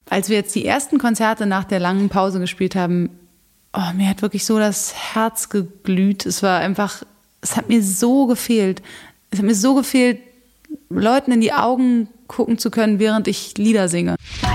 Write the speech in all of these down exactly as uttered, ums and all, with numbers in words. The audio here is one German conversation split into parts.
als wir jetzt die ersten Konzerte nach der langen Pause gespielt haben, oh, mir hat wirklich so das Herz geglüht. Es war einfach, es hat mir so gefehlt. Es hat mir so gefehlt, Leuten in die Augen gucken zu können, während ich Lieder singe.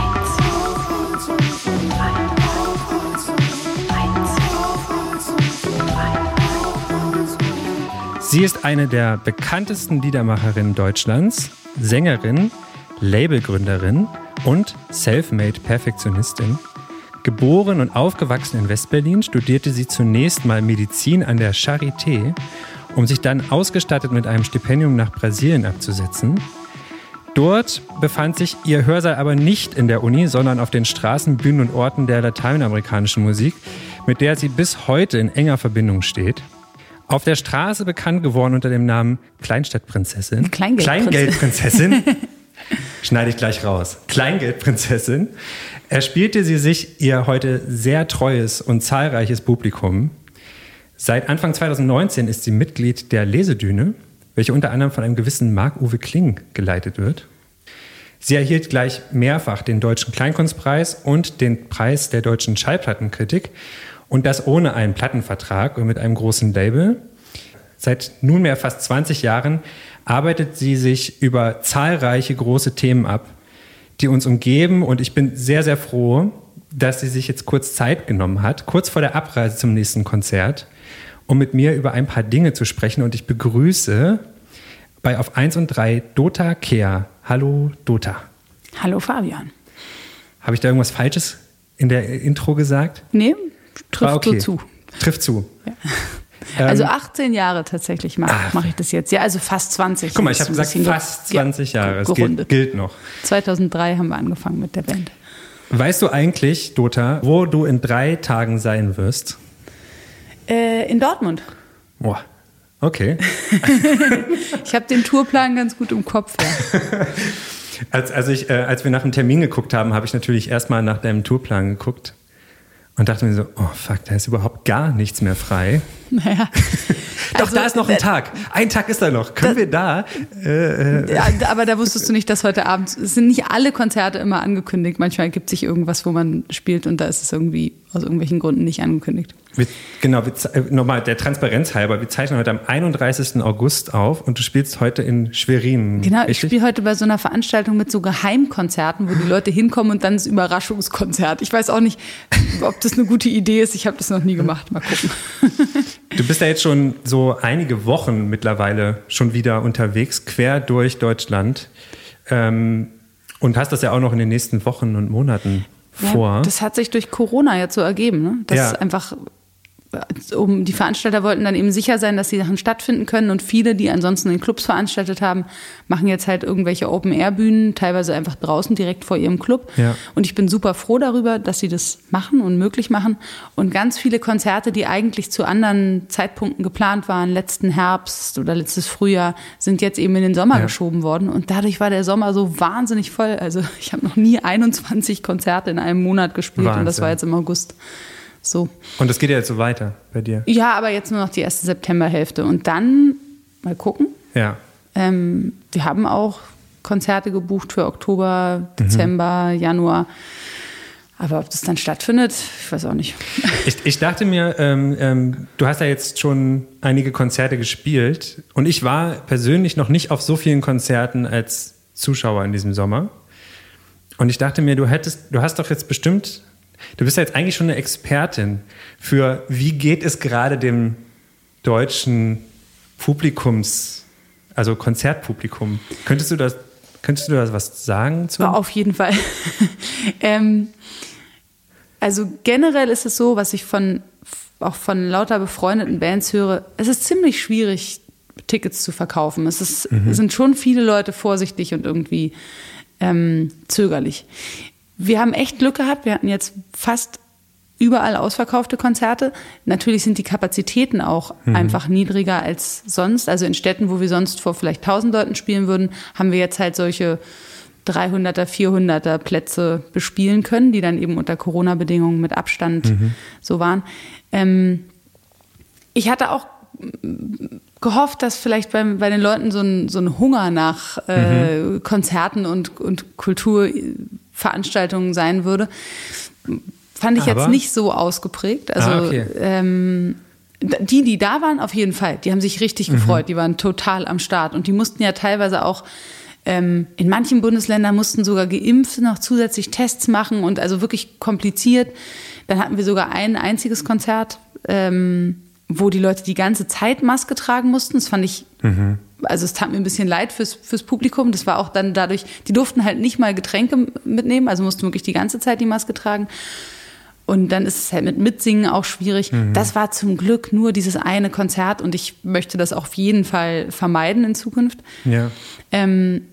Sie ist eine der bekanntesten Liedermacherinnen Deutschlands, Sängerin, Labelgründerin und Selfmade-Perfektionistin. Geboren und aufgewachsen in Westberlin, studierte sie zunächst mal Medizin an der Charité, um sich dann ausgestattet mit einem Stipendium nach Brasilien abzusetzen. Dort befand sich ihr Hörsaal aber nicht in der Uni, sondern auf den Straßen, Bühnen und Orten der lateinamerikanischen Musik, mit der sie bis heute in enger Verbindung steht. Auf der Straße bekannt geworden unter dem Namen Kleinstadtprinzessin. Kleingeldprinzessin. Kleingeldprinzessin. Schneide ich gleich raus. Kleingeldprinzessin. Erspielte sie sich ihr heute sehr treues und zahlreiches Publikum. Seit Anfang zwanzig neunzehn ist sie Mitglied der Lesedüne, welche unter anderem von einem gewissen Marc-Uwe Kling geleitet wird. Sie erhielt gleich mehrfach den Deutschen Kleinkunstpreis und den Preis der Deutschen Schallplattenkritik. Und das ohne einen Plattenvertrag und mit einem großen Label. Seit nunmehr fast zwanzig Jahren arbeitet sie sich über zahlreiche große Themen ab, die uns umgeben. Und ich bin sehr, sehr froh, dass sie sich jetzt kurz Zeit genommen hat, kurz vor der Abreise zum nächsten Konzert, um mit mir über ein paar Dinge zu sprechen. Und ich begrüße bei Auf eins und drei Dota Kehr. Hallo Dota. Hallo Fabian. Habe ich da irgendwas Falsches in der Intro gesagt? Nee. Trifft ah, okay. so zu. Trifft zu. Ja. Also achtzehn Jahre tatsächlich mache mach ich das jetzt. Ja, also fast zwanzig. Guck mal, ich habe gesagt fast zwanzig ja, Jahre. Es gilt, gilt noch. zweitausenddrei haben wir angefangen mit der Band. Weißt du eigentlich, Dota, wo du in drei Tagen sein wirst? Äh, in Dortmund. Boah, okay. Ich habe den Tourplan ganz gut im Kopf. Ja. als, als, ich, äh, als wir nach dem Termin geguckt haben, habe ich natürlich erstmal nach deinem Tourplan geguckt. Und dachte mir so, oh fuck, da ist überhaupt gar nichts mehr frei. Naja. Doch, also, da ist noch ein Tag. Ein Tag ist da noch. Können da, wir da? Äh, äh. Ja, aber da wusstest du nicht, dass heute Abend, es sind nicht alle Konzerte immer angekündigt. Manchmal ergibt sich irgendwas, wo man spielt und da ist es irgendwie aus irgendwelchen Gründen nicht angekündigt. Wir, genau, wir, nochmal der Transparenz halber, wir zeichnen heute am einunddreißigsten August auf und du spielst heute in Schwerin. Genau, richtig? Ich spiele heute bei so einer Veranstaltung mit so Geheimkonzerten, wo die Leute hinkommen und dann das Überraschungskonzert. Ich weiß auch nicht, ob das eine gute Idee ist. Ich habe das noch nie gemacht. Mal gucken. Du bist ja jetzt schon so einige Wochen mittlerweile schon wieder unterwegs, quer durch Deutschland. Ähm, und hast das ja auch noch in den nächsten Wochen und Monaten ja, vor. Das hat sich durch Corona jetzt so ergeben, ne? Dass ja. einfach, um die Veranstalter wollten dann eben sicher sein, dass die Sachen stattfinden können und viele, die ansonsten in Clubs veranstaltet haben, machen jetzt halt irgendwelche Open-Air-Bühnen, teilweise einfach draußen direkt vor ihrem Club. Ja. Und ich bin super froh darüber, dass sie das machen und möglich machen. Und ganz viele Konzerte, die eigentlich zu anderen Zeitpunkten geplant waren, letzten Herbst oder letztes Frühjahr, sind jetzt eben in den Sommer ja. geschoben worden. Und dadurch war der Sommer so wahnsinnig voll. Also ich habe noch nie einundzwanzig Konzerte in einem Monat gespielt. Wahnsinn. Und das war jetzt im August. So. Und das geht ja jetzt so weiter bei dir? Ja, aber jetzt nur noch die erste Septemberhälfte. Und dann mal gucken. Ja. Ähm, wir haben auch Konzerte gebucht für Oktober, Dezember, mhm. Januar. Aber ob das dann stattfindet, ich weiß auch nicht. Ich, ich dachte mir, ähm, ähm, du hast ja jetzt schon einige Konzerte gespielt. Und ich war persönlich noch nicht auf so vielen Konzerten als Zuschauer in diesem Sommer. Und ich dachte mir, du hättest, du hast doch jetzt bestimmt... Du bist ja jetzt eigentlich schon eine Expertin für, wie geht es gerade dem deutschen Publikums, also Konzertpublikum. Könntest du das, könntest du da was sagen zu? Ja, auf jeden Fall. ähm, also generell ist es so, was ich von, auch von lauter befreundeten Bands höre, es ist ziemlich schwierig, Tickets zu verkaufen. Es ist, mhm. sind schon viele Leute vorsichtig und irgendwie ähm, zögerlich. Wir haben echt Glück gehabt. Wir hatten jetzt fast überall ausverkaufte Konzerte. Natürlich sind die Kapazitäten auch mhm. einfach niedriger als sonst. Also in Städten, wo wir sonst vor vielleicht tausend Leuten spielen würden, haben wir jetzt halt solche dreihunderter, vierhunderter Plätze bespielen können, die dann eben unter Corona-Bedingungen mit Abstand mhm. so waren. Ähm, ich hatte auch gehofft, dass vielleicht beim, bei den Leuten so ein, so ein Hunger nach äh, mhm. Konzerten und, und Kulturveranstaltungen sein würde. Fand ich Aber? jetzt nicht so ausgeprägt. Also ah, okay. ähm, die, die da waren, auf jeden Fall. Die haben sich richtig mhm. gefreut. Die waren total am Start. Und die mussten ja teilweise auch, ähm, in manchen Bundesländern mussten sogar Geimpfte noch zusätzlich Tests machen und also wirklich kompliziert. Dann hatten wir sogar ein einziges Konzert, ähm, wo die Leute die ganze Zeit Maske tragen mussten. Das fand ich, mhm. also es tat mir ein bisschen leid fürs, fürs Publikum. Das war auch dann dadurch, die durften halt nicht mal Getränke mitnehmen, also mussten wirklich die ganze Zeit die Maske tragen. Und dann ist es halt mit Mitsingen auch schwierig. Mhm. Das war zum Glück nur dieses eine Konzert und ich möchte das auf jeden Fall vermeiden in Zukunft. Ja. Ähm,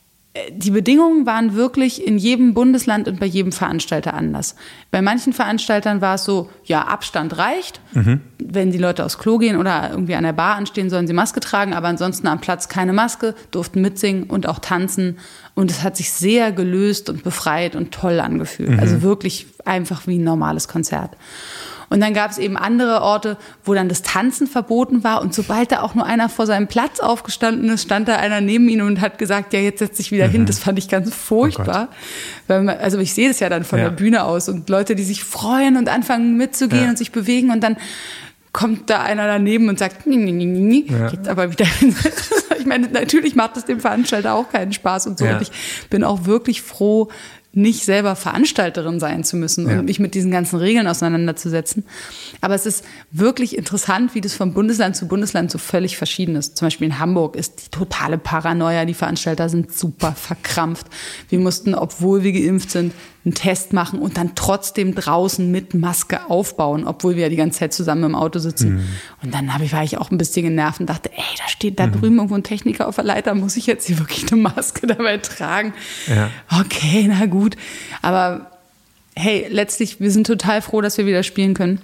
Die Bedingungen waren wirklich in jedem Bundesland und bei jedem Veranstalter anders. Bei manchen Veranstaltern war es so, ja, Abstand reicht. Mhm. Wenn die Leute aufs Klo gehen oder irgendwie an der Bar anstehen, sollen sie Maske tragen. Aber ansonsten am Platz keine Maske, durften mitsingen und auch tanzen. Und es hat sich sehr gelöst und befreit und toll angefühlt. Mhm. Also wirklich einfach wie ein normales Konzert. Und dann gab es eben andere Orte, wo dann das Tanzen verboten war. Und sobald da auch nur einer vor seinem Platz aufgestanden ist, stand da einer neben ihm und hat gesagt, ja, jetzt setz dich wieder mhm. hin. Das fand ich ganz furchtbar. Oh Weil man, also ich sehe das ja dann von ja. der Bühne aus. Und Leute, die sich freuen und anfangen mitzugehen ja. und sich bewegen. Und dann kommt da einer daneben und sagt, nee, nee, nee, nee, ja. geht aber wieder hin. Ich meine, natürlich macht das dem Veranstalter auch keinen Spaß und so. Ja. Und ich bin auch wirklich froh, nicht selber Veranstalterin sein zu müssen ja. und mich mit diesen ganzen Regeln auseinanderzusetzen. Aber es ist wirklich interessant, wie das von Bundesland zu Bundesland so völlig verschieden ist. Zum Beispiel in Hamburg ist die totale Paranoia. Die Veranstalter sind super verkrampft. Wir mussten, obwohl wir geimpft sind, einen Test machen und dann trotzdem draußen mit Maske aufbauen, obwohl wir ja die ganze Zeit zusammen im Auto sitzen. Mhm. Und dann habe ich, war ich auch ein bisschen genervt und dachte, ey, da steht da mhm. drüben irgendwo ein Techniker auf der Leiter, muss ich jetzt hier wirklich eine Maske dabei tragen? Ja. Okay, na gut. Aber hey, letztlich, wir sind total froh, dass wir wieder spielen können.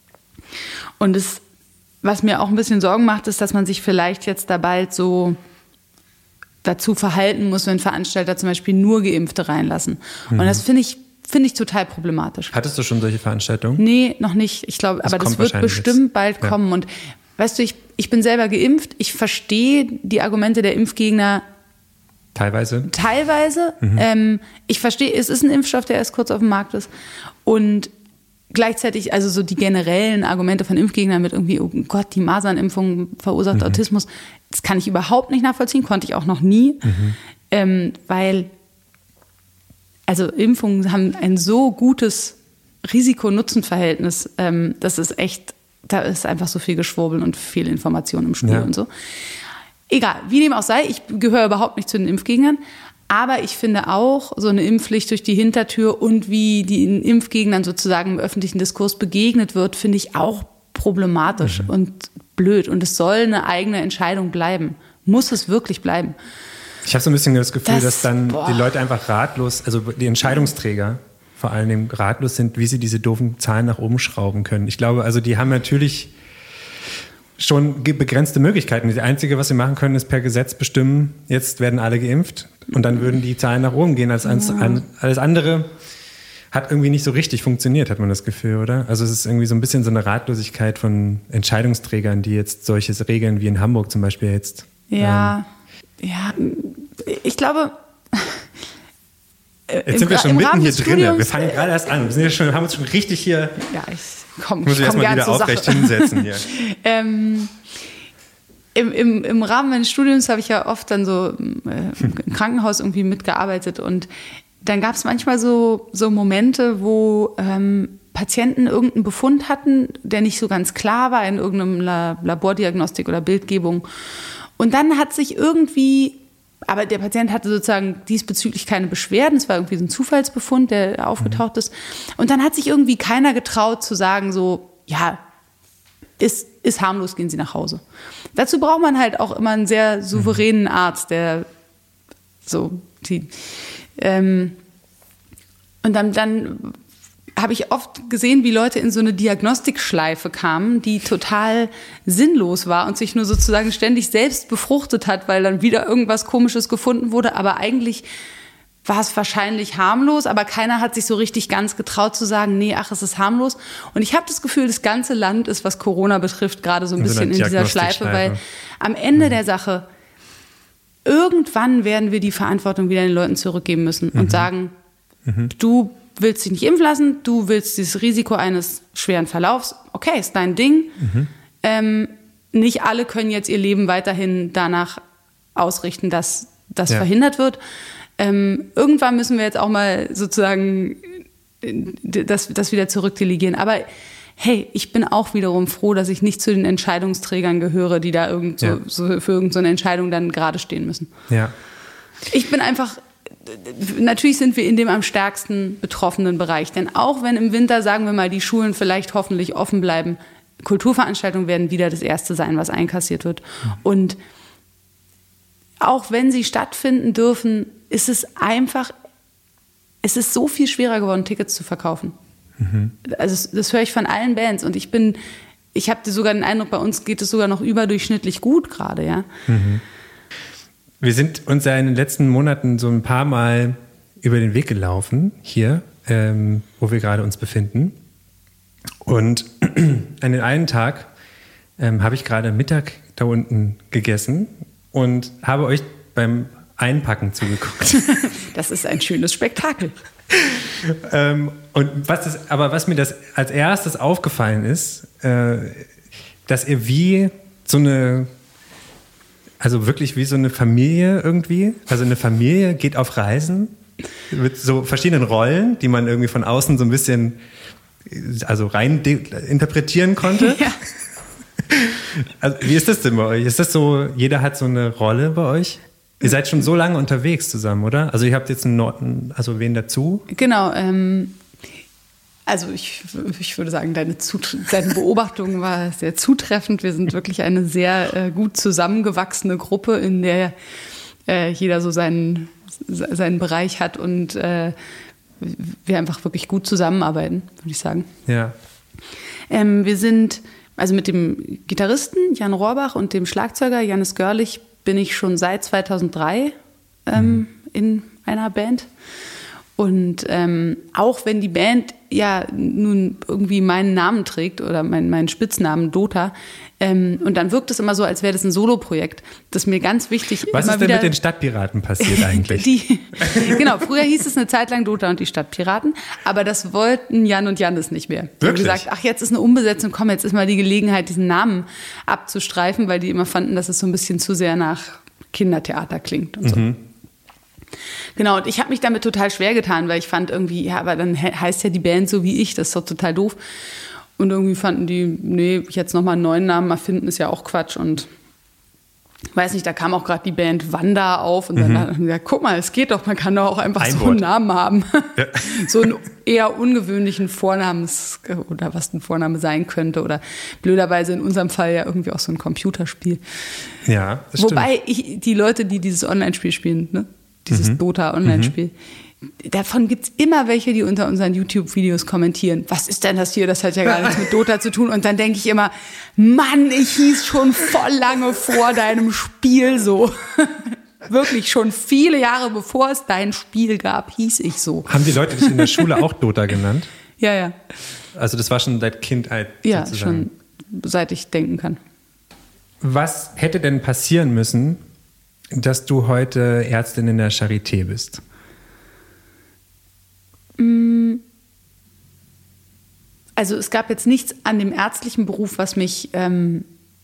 Und es, was mir auch ein bisschen Sorgen macht, ist, dass man sich vielleicht jetzt da bald so dazu verhalten muss, wenn Veranstalter zum Beispiel nur Geimpfte reinlassen. Mhm. Und das finde ich, finde ich total problematisch. Hattest du schon solche Veranstaltungen? Nee, noch nicht. Ich glaube, aber das wird bestimmt jetzt. bald ja. kommen. Und weißt du, ich, ich bin selber geimpft. Ich verstehe die Argumente der Impfgegner Teilweise. Teilweise. Mhm. Ähm, ich verstehe, es ist ein Impfstoff, der erst kurz auf dem Markt ist. Und gleichzeitig, also so die generellen Argumente von Impfgegnern mit irgendwie, oh Gott, die Masernimpfung verursacht mhm. Autismus, das kann ich überhaupt nicht nachvollziehen, konnte ich auch noch nie. Mhm. Ähm, weil, also Impfungen haben ein so gutes Risiko-Nutzen-Verhältnis, ähm, das ist echt, da ist einfach so viel Geschwurbel und viel Information im Spiel ja. und so. Egal, wie dem auch sei, ich gehöre überhaupt nicht zu den Impfgegnern, aber ich finde auch so eine Impfpflicht durch die Hintertür und wie den Impfgegnern sozusagen im öffentlichen Diskurs begegnet wird, finde ich auch problematisch mhm. und blöd. Und es soll eine eigene Entscheidung bleiben. Muss es wirklich bleiben. Ich habe so ein bisschen das Gefühl, das, dass dann boah. die Leute einfach ratlos, also die Entscheidungsträger vor allem ratlos sind, wie sie diese doofen Zahlen nach oben schrauben können. Ich glaube, also die haben natürlich schon begrenzte Möglichkeiten. Das Einzige, was sie machen können, ist per Gesetz bestimmen, jetzt werden alle geimpft und dann würden die Zahlen nach oben gehen. Als alles andere hat irgendwie nicht so richtig funktioniert, hat man das Gefühl, oder? Also es ist irgendwie so ein bisschen so eine Ratlosigkeit von Entscheidungsträgern, die jetzt solches regeln, wie in Hamburg zum Beispiel jetzt. Ja, ähm. ja. Ich glaube... Jetzt im, sind wir schon mitten hier drin. Wir fangen gerade erst an. Wir sind ja schon, haben uns schon richtig hier... Ja, ich komm, muss ich erstmal wieder zur aufrecht Sache. hinsetzen hier. ähm, im, im, Im Rahmen meines Studiums habe ich ja oft dann so äh, im Krankenhaus irgendwie mitgearbeitet und dann gab es manchmal so, so Momente, wo ähm, Patienten irgendeinen Befund hatten, der nicht so ganz klar war in irgendeinem La- Labordiagnostik oder Bildgebung. Und dann hat sich irgendwie... Aber der Patient hatte sozusagen diesbezüglich keine Beschwerden. Es war irgendwie so ein Zufallsbefund, der aufgetaucht ist. Und dann hat sich irgendwie keiner getraut zu sagen so, ja, ist, ist harmlos, gehen Sie nach Hause. Dazu braucht man halt auch immer einen sehr souveränen Arzt, der so die... Ähm, und dann... dann habe ich oft gesehen, wie Leute in so eine Diagnostikschleife kamen, die total sinnlos war und sich nur sozusagen ständig selbst befruchtet hat, weil dann wieder irgendwas Komisches gefunden wurde, aber eigentlich war es wahrscheinlich harmlos, aber keiner hat sich so richtig ganz getraut zu sagen, nee, ach, es ist harmlos. Und ich habe das Gefühl, das ganze Land ist, was Corona betrifft, gerade so ein bisschen in dieser Schleife, weil am Ende mhm. der Sache, irgendwann werden wir die Verantwortung wieder den Leuten zurückgeben müssen mhm. und sagen, mhm. du willst dich nicht impfen lassen, du willst dieses Risiko eines schweren Verlaufs, okay, ist dein Ding. Mhm. Ähm, nicht alle können jetzt ihr Leben weiterhin danach ausrichten, dass das ja. verhindert wird. Ähm, irgendwann müssen wir jetzt auch mal sozusagen das, das wieder zurückdelegieren. Aber hey, ich bin auch wiederum froh, dass ich nicht zu den Entscheidungsträgern gehöre, die da irgend so, ja. so für irgendeine so Entscheidung dann gerade stehen müssen. Ja. Ich bin einfach... Natürlich sind wir in dem am stärksten betroffenen Bereich. Denn auch wenn im Winter, sagen wir mal, die Schulen vielleicht hoffentlich offen bleiben, Kulturveranstaltungen werden wieder das Erste sein, was einkassiert wird. Mhm. Und auch wenn sie stattfinden dürfen, ist es einfach, es ist so viel schwerer geworden, Tickets zu verkaufen. Mhm. Also das, das höre ich von allen Bands. Und ich bin, ich habe sogar den Eindruck, bei uns geht es sogar noch überdurchschnittlich gut gerade, ja. Mhm. Wir sind uns ja in den letzten Monaten so ein paar Mal über den Weg gelaufen, hier, ähm, wo wir gerade uns befinden. Und an den einen Tag ähm, habe ich gerade Mittag da unten gegessen und habe euch beim Einpacken zugeguckt. Das ist ein schönes Spektakel. ähm, und was ist, aber was mir das als erstes aufgefallen ist, äh, dass ihr wie so eine... Also wirklich wie so eine Familie irgendwie. Also eine Familie geht auf Reisen mit so verschiedenen Rollen, die man irgendwie von außen so ein bisschen also rein de- interpretieren konnte. Ja. Also wie ist das denn bei euch? Ist das so, jeder hat so eine Rolle bei euch? Ihr seid schon so lange unterwegs zusammen, oder? Also ihr habt jetzt einen Norden, also wen dazu? Genau, ähm, also ich, ich würde sagen, deine, Zut- deine Beobachtung war sehr zutreffend. Wir sind wirklich eine sehr äh, gut zusammengewachsene Gruppe, in der äh, jeder so seinen, seinen Bereich hat und äh, wir einfach wirklich gut zusammenarbeiten, würde ich sagen. Ja. Ähm, wir sind, also mit dem Gitarristen Jan Rohrbach und dem Schlagzeuger Jannis Görlich bin ich schon seit zweitausenddrei ähm, mhm. in einer Band. Und ähm, auch wenn die Band ja nun irgendwie meinen Namen trägt oder mein, meinen Spitznamen Dota, ähm, und dann wirkt es immer so, als wäre das ein Soloprojekt. Das ist mir ganz wichtig. Was immer ist denn wieder, mit den Stadtpiraten passiert eigentlich? die, genau, früher hieß es eine Zeit lang Dota und die Stadtpiraten, aber das wollten Jan und Jannis nicht mehr. Die haben gesagt, ach, jetzt ist eine Umbesetzung, komm, jetzt ist mal die Gelegenheit, diesen Namen abzustreifen, weil die immer fanden, dass es so ein bisschen zu sehr nach Kindertheater klingt und so. Mhm. Genau, und ich habe mich damit total schwer getan, weil ich fand irgendwie, ja, aber dann he- heißt ja die Band so wie ich, das ist doch total doof. Und irgendwie fanden die, nee, jetzt nochmal einen neuen Namen erfinden, ist ja auch Quatsch. Und weiß nicht, da kam auch gerade die Band Wanda auf und dann mhm. haben wir gesagt, guck mal, es geht doch, man kann doch auch einfach ein so Wort. einen Namen haben. Ja. So einen eher ungewöhnlichen Vornamen oder was ein Vorname sein könnte oder blöderweise in unserem Fall ja irgendwie auch so ein Computerspiel. Ja, das Wobei stimmt. ich, die Leute, die dieses Online-Spiel spielen, ne? Dieses mhm. Dota-Online-Spiel. Mhm. Davon gibt es immer welche, die unter unseren YouTube-Videos kommentieren. Was ist denn das hier? Das hat ja gar nichts mit Dota zu tun. Und dann denke ich immer, Mann, ich hieß schon voll lange vor deinem Spiel so. Wirklich schon viele Jahre bevor es dein Spiel gab, hieß ich so. Haben die Leute dich in der Schule auch Dota genannt? Ja, ja. Also das war schon seit Kindheit ja, sozusagen? Ja, schon seit ich denken kann. Was hätte denn passieren müssen, dass du heute Ärztin in der Charité bist? Also es gab jetzt nichts an dem ärztlichen Beruf, was mich ähm,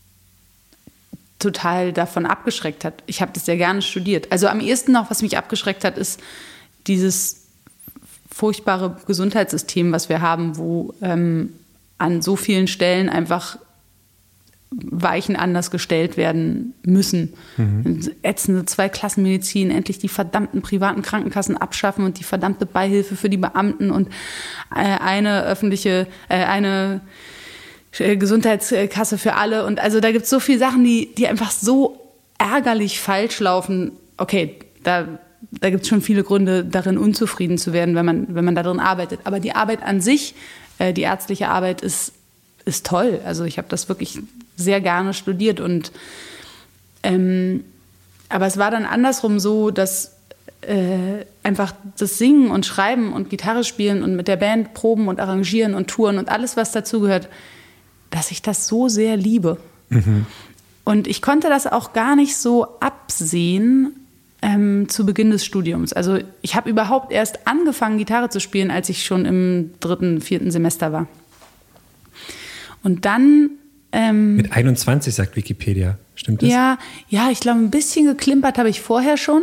total davon abgeschreckt hat. Ich habe das sehr gerne studiert. Also am ehesten noch, was mich abgeschreckt hat, ist dieses furchtbare Gesundheitssystem, was wir haben, wo ähm, an so vielen Stellen einfach Weichen anders gestellt werden müssen. Mhm. Ätzende Zweiklassenmedizin, endlich die verdammten privaten Krankenkassen abschaffen und die verdammte Beihilfe für die Beamten und äh, eine öffentliche, äh, eine Gesundheitskasse für alle. Und also da gibt es so viele Sachen, die, die einfach so ärgerlich falsch laufen. Okay, da, da gibt es schon viele Gründe, darin unzufrieden zu werden, wenn man, wenn man darin arbeitet. Aber die Arbeit an sich, äh, die ärztliche Arbeit ist, ist toll. Also ich habe das wirklich sehr gerne studiert und ähm, aber es war dann andersrum so, dass äh, einfach das Singen und Schreiben und Gitarre spielen und mit der Band proben und arrangieren und touren und alles, was dazugehört, dass ich das so sehr liebe. Mhm. Und ich konnte das auch gar nicht so absehen ähm, zu Beginn des Studiums. Also ich habe überhaupt erst angefangen, Gitarre zu spielen, als ich schon im dritten, vierten Semester war. Und dann... Ähm, Mit einundzwanzig, sagt Wikipedia. Stimmt das? Ja, ja, ich glaube, ein bisschen geklimpert habe ich vorher schon.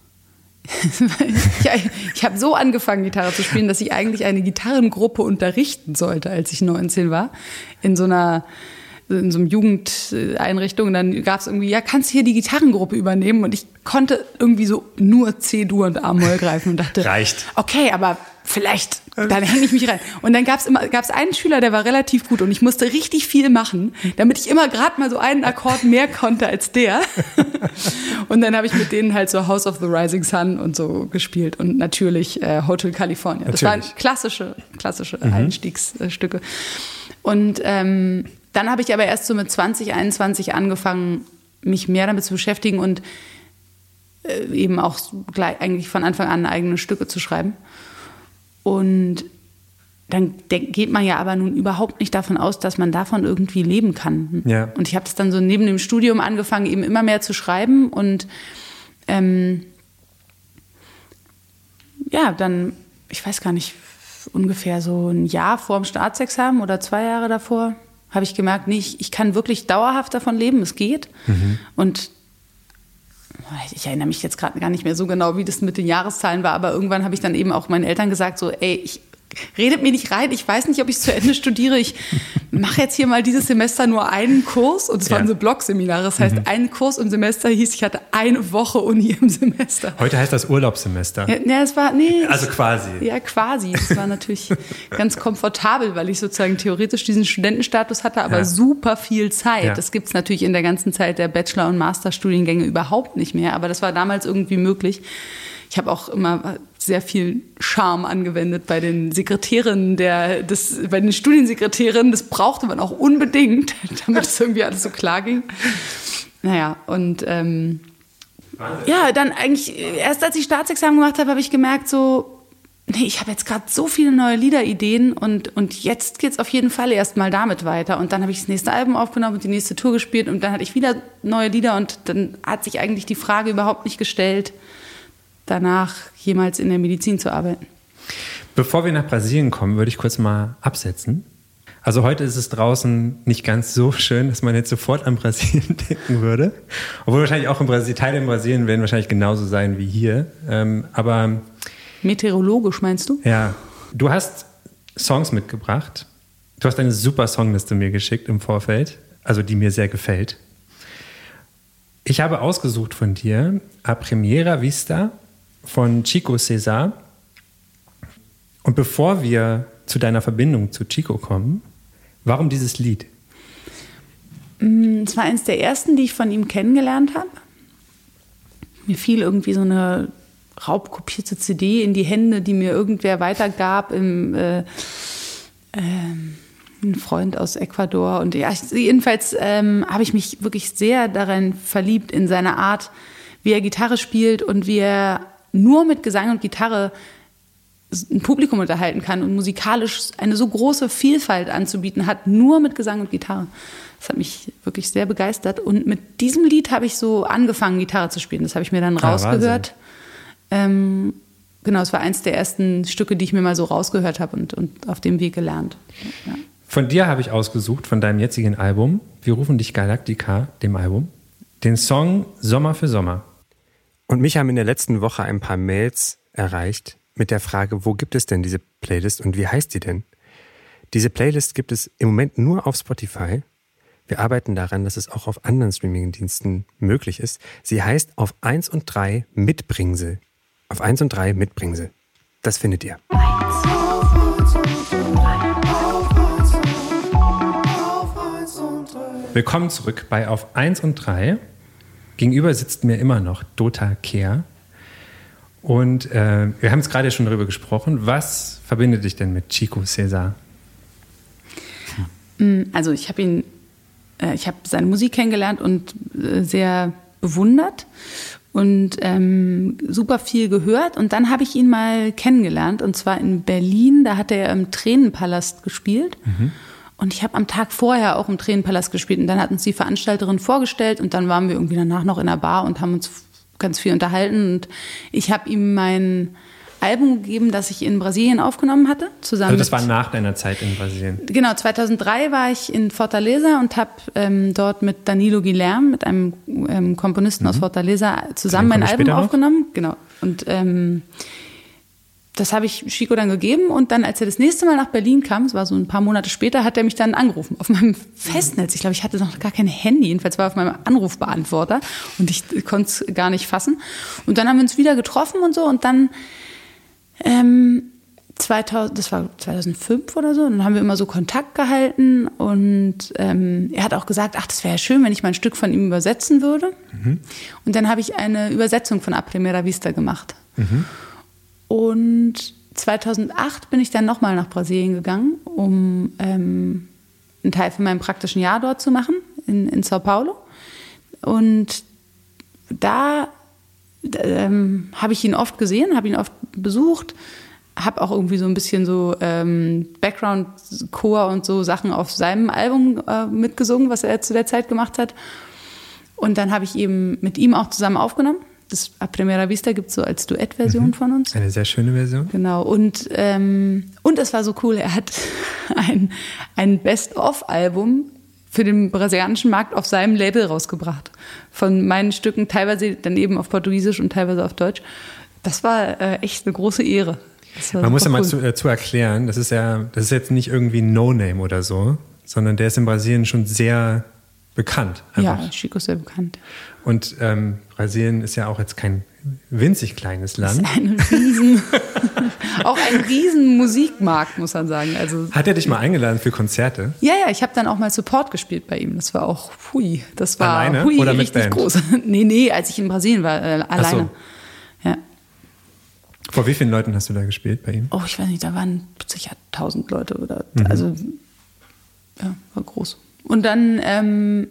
ich ich habe so angefangen, Gitarre zu spielen, dass ich eigentlich eine Gitarrengruppe unterrichten sollte, als ich neunzehn war. In so einer, in so einer Jugendeinrichtung. Und dann gab es irgendwie, ja, kannst du hier die Gitarrengruppe übernehmen? Und ich konnte irgendwie so nur C-Dur und A-Moll greifen und dachte, reicht. Okay, aber vielleicht, dann hänge ich mich rein. Und dann gab es immer, gab es einen Schüler, der war relativ gut und ich musste richtig viel machen, damit ich immer gerade mal so einen Akkord mehr konnte als der. Und dann habe ich mit denen halt so House of the Rising Sun und so gespielt und natürlich äh, Hotel California. Das natürlich. waren klassische, klassische mhm. Einstiegsstücke. Und ähm, dann habe ich aber erst so mit zwanzig, einundzwanzig angefangen, mich mehr damit zu beschäftigen und äh, eben auch gleich, eigentlich von Anfang an eigene Stücke zu schreiben. Und dann geht man ja aber nun überhaupt nicht davon aus, dass man davon irgendwie leben kann. Ja. Und ich habe das dann so neben dem Studium angefangen, eben immer mehr zu schreiben. Und ähm, ja, dann, ich weiß gar nicht, ungefähr so ein Jahr vor dem Staatsexamen oder zwei Jahre davor, habe ich gemerkt, nee, ich, ich kann wirklich dauerhaft davon leben, es geht. Mhm. Und ich erinnere mich jetzt gerade gar nicht mehr so genau, wie das mit den Jahreszahlen war, aber irgendwann habe ich dann eben auch meinen Eltern gesagt, so, ey, ich redet mir nicht rein, ich weiß nicht, ob ich es zu Ende studiere, ich mache jetzt hier mal dieses Semester nur einen Kurs und es waren ja. so Blockseminare, das heißt, mhm. ein Kurs im Semester hieß, ich hatte eine Woche Uni im Semester. Heute heißt das Urlaubssemester. Ja, ja es war, nee. Also quasi. Ja, quasi. Es war natürlich ganz komfortabel, weil ich sozusagen theoretisch diesen Studentenstatus hatte, aber ja. super viel Zeit. Ja. Das gibt es natürlich in der ganzen Zeit der Bachelor- und Masterstudiengänge überhaupt nicht mehr, aber das war damals irgendwie möglich. Ich habe auch immer sehr viel Charme angewendet bei den Sekretärinnen, der, des, bei den Studiensekretärinnen. Das brauchte man auch unbedingt, damit es irgendwie alles so klar ging. Naja, und ähm, ja, dann eigentlich, erst als ich Staatsexamen gemacht habe, habe ich gemerkt, so, nee, ich habe jetzt gerade so viele neue Liederideen und, und jetzt geht's auf jeden Fall erstmal damit weiter. Und dann habe ich das nächste Album aufgenommen und die nächste Tour gespielt und dann hatte ich wieder neue Lieder und dann hat sich eigentlich die Frage überhaupt nicht gestellt, danach jemals in der Medizin zu arbeiten. Bevor wir nach Brasilien kommen, würde ich kurz mal absetzen. Also heute ist es draußen nicht ganz so schön, dass man jetzt sofort an Brasilien denken würde. Obwohl wahrscheinlich auch in Brasilien, Teile in Brasilien werden wahrscheinlich genauso sein wie hier. Ähm, aber meteorologisch meinst du? Ja. Du hast Songs mitgebracht. Du hast eine super Songliste mir geschickt im Vorfeld, also die mir sehr gefällt. Ich habe ausgesucht von dir A Primeira Vista von Chico César. Und bevor wir zu deiner Verbindung zu Chico kommen, warum dieses Lied? Es war eines der ersten, die ich von ihm kennengelernt habe. Mir fiel irgendwie so eine raubkopierte C D in die Hände, die mir irgendwer weitergab, im, äh, äh, ein Freund aus Ecuador. Und ja, jedenfalls ähm, habe ich mich wirklich sehr darin verliebt, in seine Art, wie er Gitarre spielt und wie er nur mit Gesang und Gitarre ein Publikum unterhalten kann und musikalisch eine so große Vielfalt anzubieten hat, nur mit Gesang und Gitarre. Das hat mich wirklich sehr begeistert. Und mit diesem Lied habe ich so angefangen, Gitarre zu spielen. Das habe ich mir dann ah, rausgehört. Ähm, genau, es war eins der ersten Stücke, die ich mir mal so rausgehört habe und, und auf dem Weg gelernt. Ja. Von dir habe ich ausgesucht, von deinem jetzigen Album, Wir rufen dich Galactica, dem Album, den Song Sommer für Sommer. Und mich haben in der letzten Woche ein paar Mails erreicht mit der Frage, wo gibt es denn diese Playlist und wie heißt die denn? Diese Playlist gibt es im Moment nur auf Spotify. Wir arbeiten daran, dass es auch auf anderen Streamingdiensten möglich ist. Sie heißt auf eins und drei Mitbringsel. Auf eins und drei Mitbringsel. Das findet ihr. Willkommen zurück bei Auf eins und drei. Gegenüber sitzt mir immer noch Dota Kehr. Und äh, wir haben es gerade schon darüber gesprochen. Was verbindet dich denn mit Chico César? Also ich habe ihn, äh, ich habe seine Musik kennengelernt und äh, sehr bewundert. und ähm, super viel gehört. Und dann habe ich ihn mal kennengelernt, und zwar in Berlin. Da hat er im Tränenpalast gespielt. Mhm. Und ich habe am Tag vorher auch im Tränenpalast gespielt. Und dann hat uns die Veranstalterin vorgestellt. Und dann waren wir irgendwie danach noch in der Bar und haben uns ganz viel unterhalten. Und ich habe ihm mein Album gegeben, das ich in Brasilien aufgenommen hatte. Zusammen also das mit, war nach deiner Zeit in Brasilien? Genau, zweitausenddrei war ich in Fortaleza und habe ähm, dort mit Danilo Guilherme, mit einem ähm, Komponisten mhm. aus Fortaleza, zusammen mein Album aufgenommen. Genau. Und ähm, das habe ich Chico dann gegeben. Und dann, als er das nächste Mal nach Berlin kam, es war so ein paar Monate später, hat er mich dann angerufen auf meinem Festnetz. Ich glaube, ich hatte noch gar kein Handy, jedenfalls war er auf meinem Anrufbeantworter. Und ich konnte es gar nicht fassen. Und dann haben wir uns wieder getroffen und so. Und dann Ähm, zweitausend, das war zweitausendfünf oder so, und dann haben wir immer so Kontakt gehalten, und ähm, er hat auch gesagt, ach, das wäre ja schön, wenn ich mal ein Stück von ihm übersetzen würde. Mhm. Und dann habe ich eine Übersetzung von A Primera Vista gemacht. Mhm. Und zweitausendacht bin ich dann nochmal nach Brasilien gegangen, um ähm, einen Teil von meinem praktischen Jahr dort zu machen, in, in São Paulo. Und da Ähm, habe ich ihn oft gesehen, habe ihn oft besucht, habe auch irgendwie so ein bisschen so ähm, Background-Chor und so Sachen auf seinem Album äh, mitgesungen, was er zu der Zeit gemacht hat. Und dann habe ich eben mit ihm auch zusammen aufgenommen. Das A Primera Vista gibt es so als Duettversion mhm. von uns. Eine sehr schöne Version. Genau. Und, ähm, und es war so cool, er hat ein, ein Best-of-Album für den brasilianischen Markt auf seinem Label rausgebracht. Von meinen Stücken, teilweise dann eben auf Portugiesisch und teilweise auf Deutsch. Das war äh, echt eine große Ehre. Man muss ja mal zu, äh, zu erklären, das ist ja, das ist jetzt nicht irgendwie ein No-Name oder so, sondern der ist in Brasilien schon sehr bekannt. Einfach. Ja, Chico ist sehr bekannt. Und ähm, Brasilien ist ja auch jetzt kein winzig kleines Land. Das ist ein riesen, auch ein riesen Musikmarkt, muss man sagen. Also, hat er dich mal eingeladen für Konzerte? Ja, ja, ich habe dann auch mal Support gespielt bei ihm. Das war auch, hui, das war alleine hui, oder mit richtig Band? Groß. Nee, nee, als ich in Brasilien war, äh, alleine. Ach so. Ja. Vor wie vielen Leuten hast du da gespielt bei ihm? Oh, ich weiß nicht, da waren sicher tausend Leute oder, mhm. also, ja, war groß. Und dann ähm,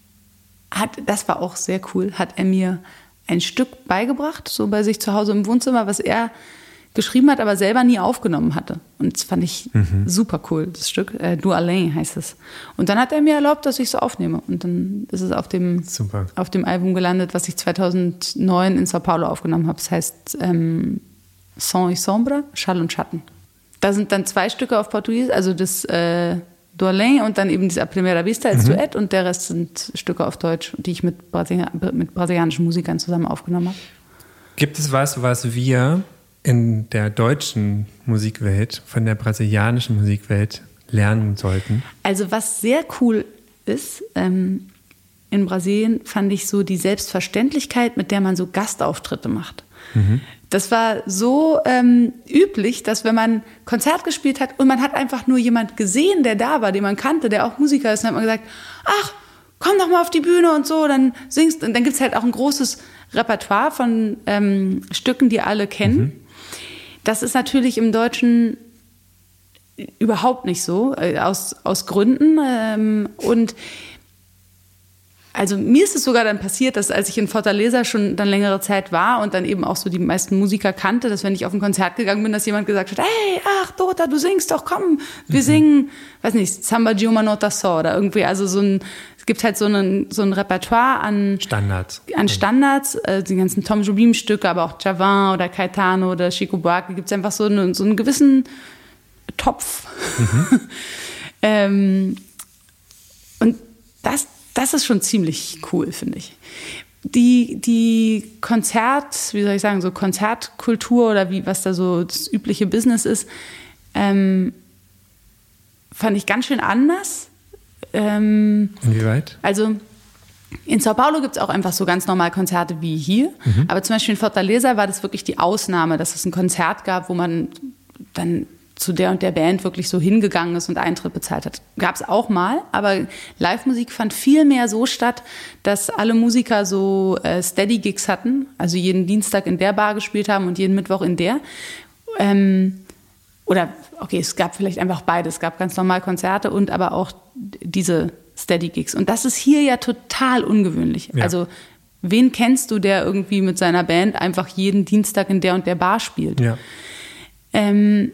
hat, das war auch sehr cool, hat er mir ein Stück beigebracht, so bei sich zu Hause im Wohnzimmer, was er geschrieben hat, aber selber nie aufgenommen hatte. Und das fand ich mhm. super cool, das Stück. Äh, Du Alain heißt es. Und dann hat er mir erlaubt, dass ich es aufnehme. Und dann ist es auf dem, super. auf dem Album gelandet, was ich zweitausendneun in São Paulo aufgenommen habe. Das heißt ähm, Som e Sombra, Schall und Schatten. Da sind dann zwei Stücke auf Portugiesisch, also das äh, Du Alain und dann eben dieses A Primera Vista als mhm. Duett, und der Rest sind Stücke auf Deutsch, die ich mit, Brasili- mit brasilianischen Musikern zusammen aufgenommen habe. Gibt es was, was wir in der deutschen Musikwelt von der brasilianischen Musikwelt lernen sollten? Also was sehr cool ist, ähm, in Brasilien fand ich so die Selbstverständlichkeit, mit der man so Gastauftritte macht. Mhm. Das war so ähm, üblich, dass wenn man Konzert gespielt hat und man hat einfach nur jemand gesehen, der da war, den man kannte, der auch Musiker ist, dann hat man gesagt, ach, komm doch mal auf die Bühne und so, dann singst. Und dann gibt es halt auch ein großes Repertoire von ähm, Stücken, die alle kennen. Mhm. Das ist natürlich im Deutschen überhaupt nicht so, äh, aus, aus Gründen. Ähm, und also mir ist es sogar dann passiert, dass als ich in Fortaleza schon dann längere Zeit war und dann eben auch so die meisten Musiker kannte, dass wenn ich auf ein Konzert gegangen bin, dass jemand gesagt hat, hey, ach Dota, du singst doch, komm, wir mhm. singen, weiß nicht, Samba de uma nota só oder irgendwie, also so ein, es gibt halt so ein, so ein Repertoire an Standards, an Standards, äh, die ganzen Tom Jobim-Stücke, aber auch Djavan oder Caetano oder Chico Buarque, gibt es einfach so, eine, so einen gewissen Topf. Mhm. ähm, und das Das ist schon ziemlich cool, finde ich. Die, die Konzert, wie soll ich sagen, so Konzertkultur oder wie, was da so das übliche Business ist, ähm, fand ich ganz schön anders. Ähm, Inwieweit? Also in São Paulo gibt es auch einfach so ganz normal Konzerte wie hier. Mhm. Aber zum Beispiel in Fortaleza war das wirklich die Ausnahme, dass es ein Konzert gab, wo man dann zu der und der Band wirklich so hingegangen ist und Eintritt bezahlt hat. Gab es auch mal, aber Live-Musik fand viel mehr so statt, dass alle Musiker so äh, Steady-Gigs hatten, also jeden Dienstag in der Bar gespielt haben und jeden Mittwoch in der. Ähm, oder, okay, es gab vielleicht einfach beides. Es gab ganz normal Konzerte und aber auch diese Steady-Gigs. Und das ist hier ja total ungewöhnlich. Ja. Also Wen kennst du, der irgendwie mit seiner Band einfach jeden Dienstag in der und der Bar spielt? Ja. Ähm,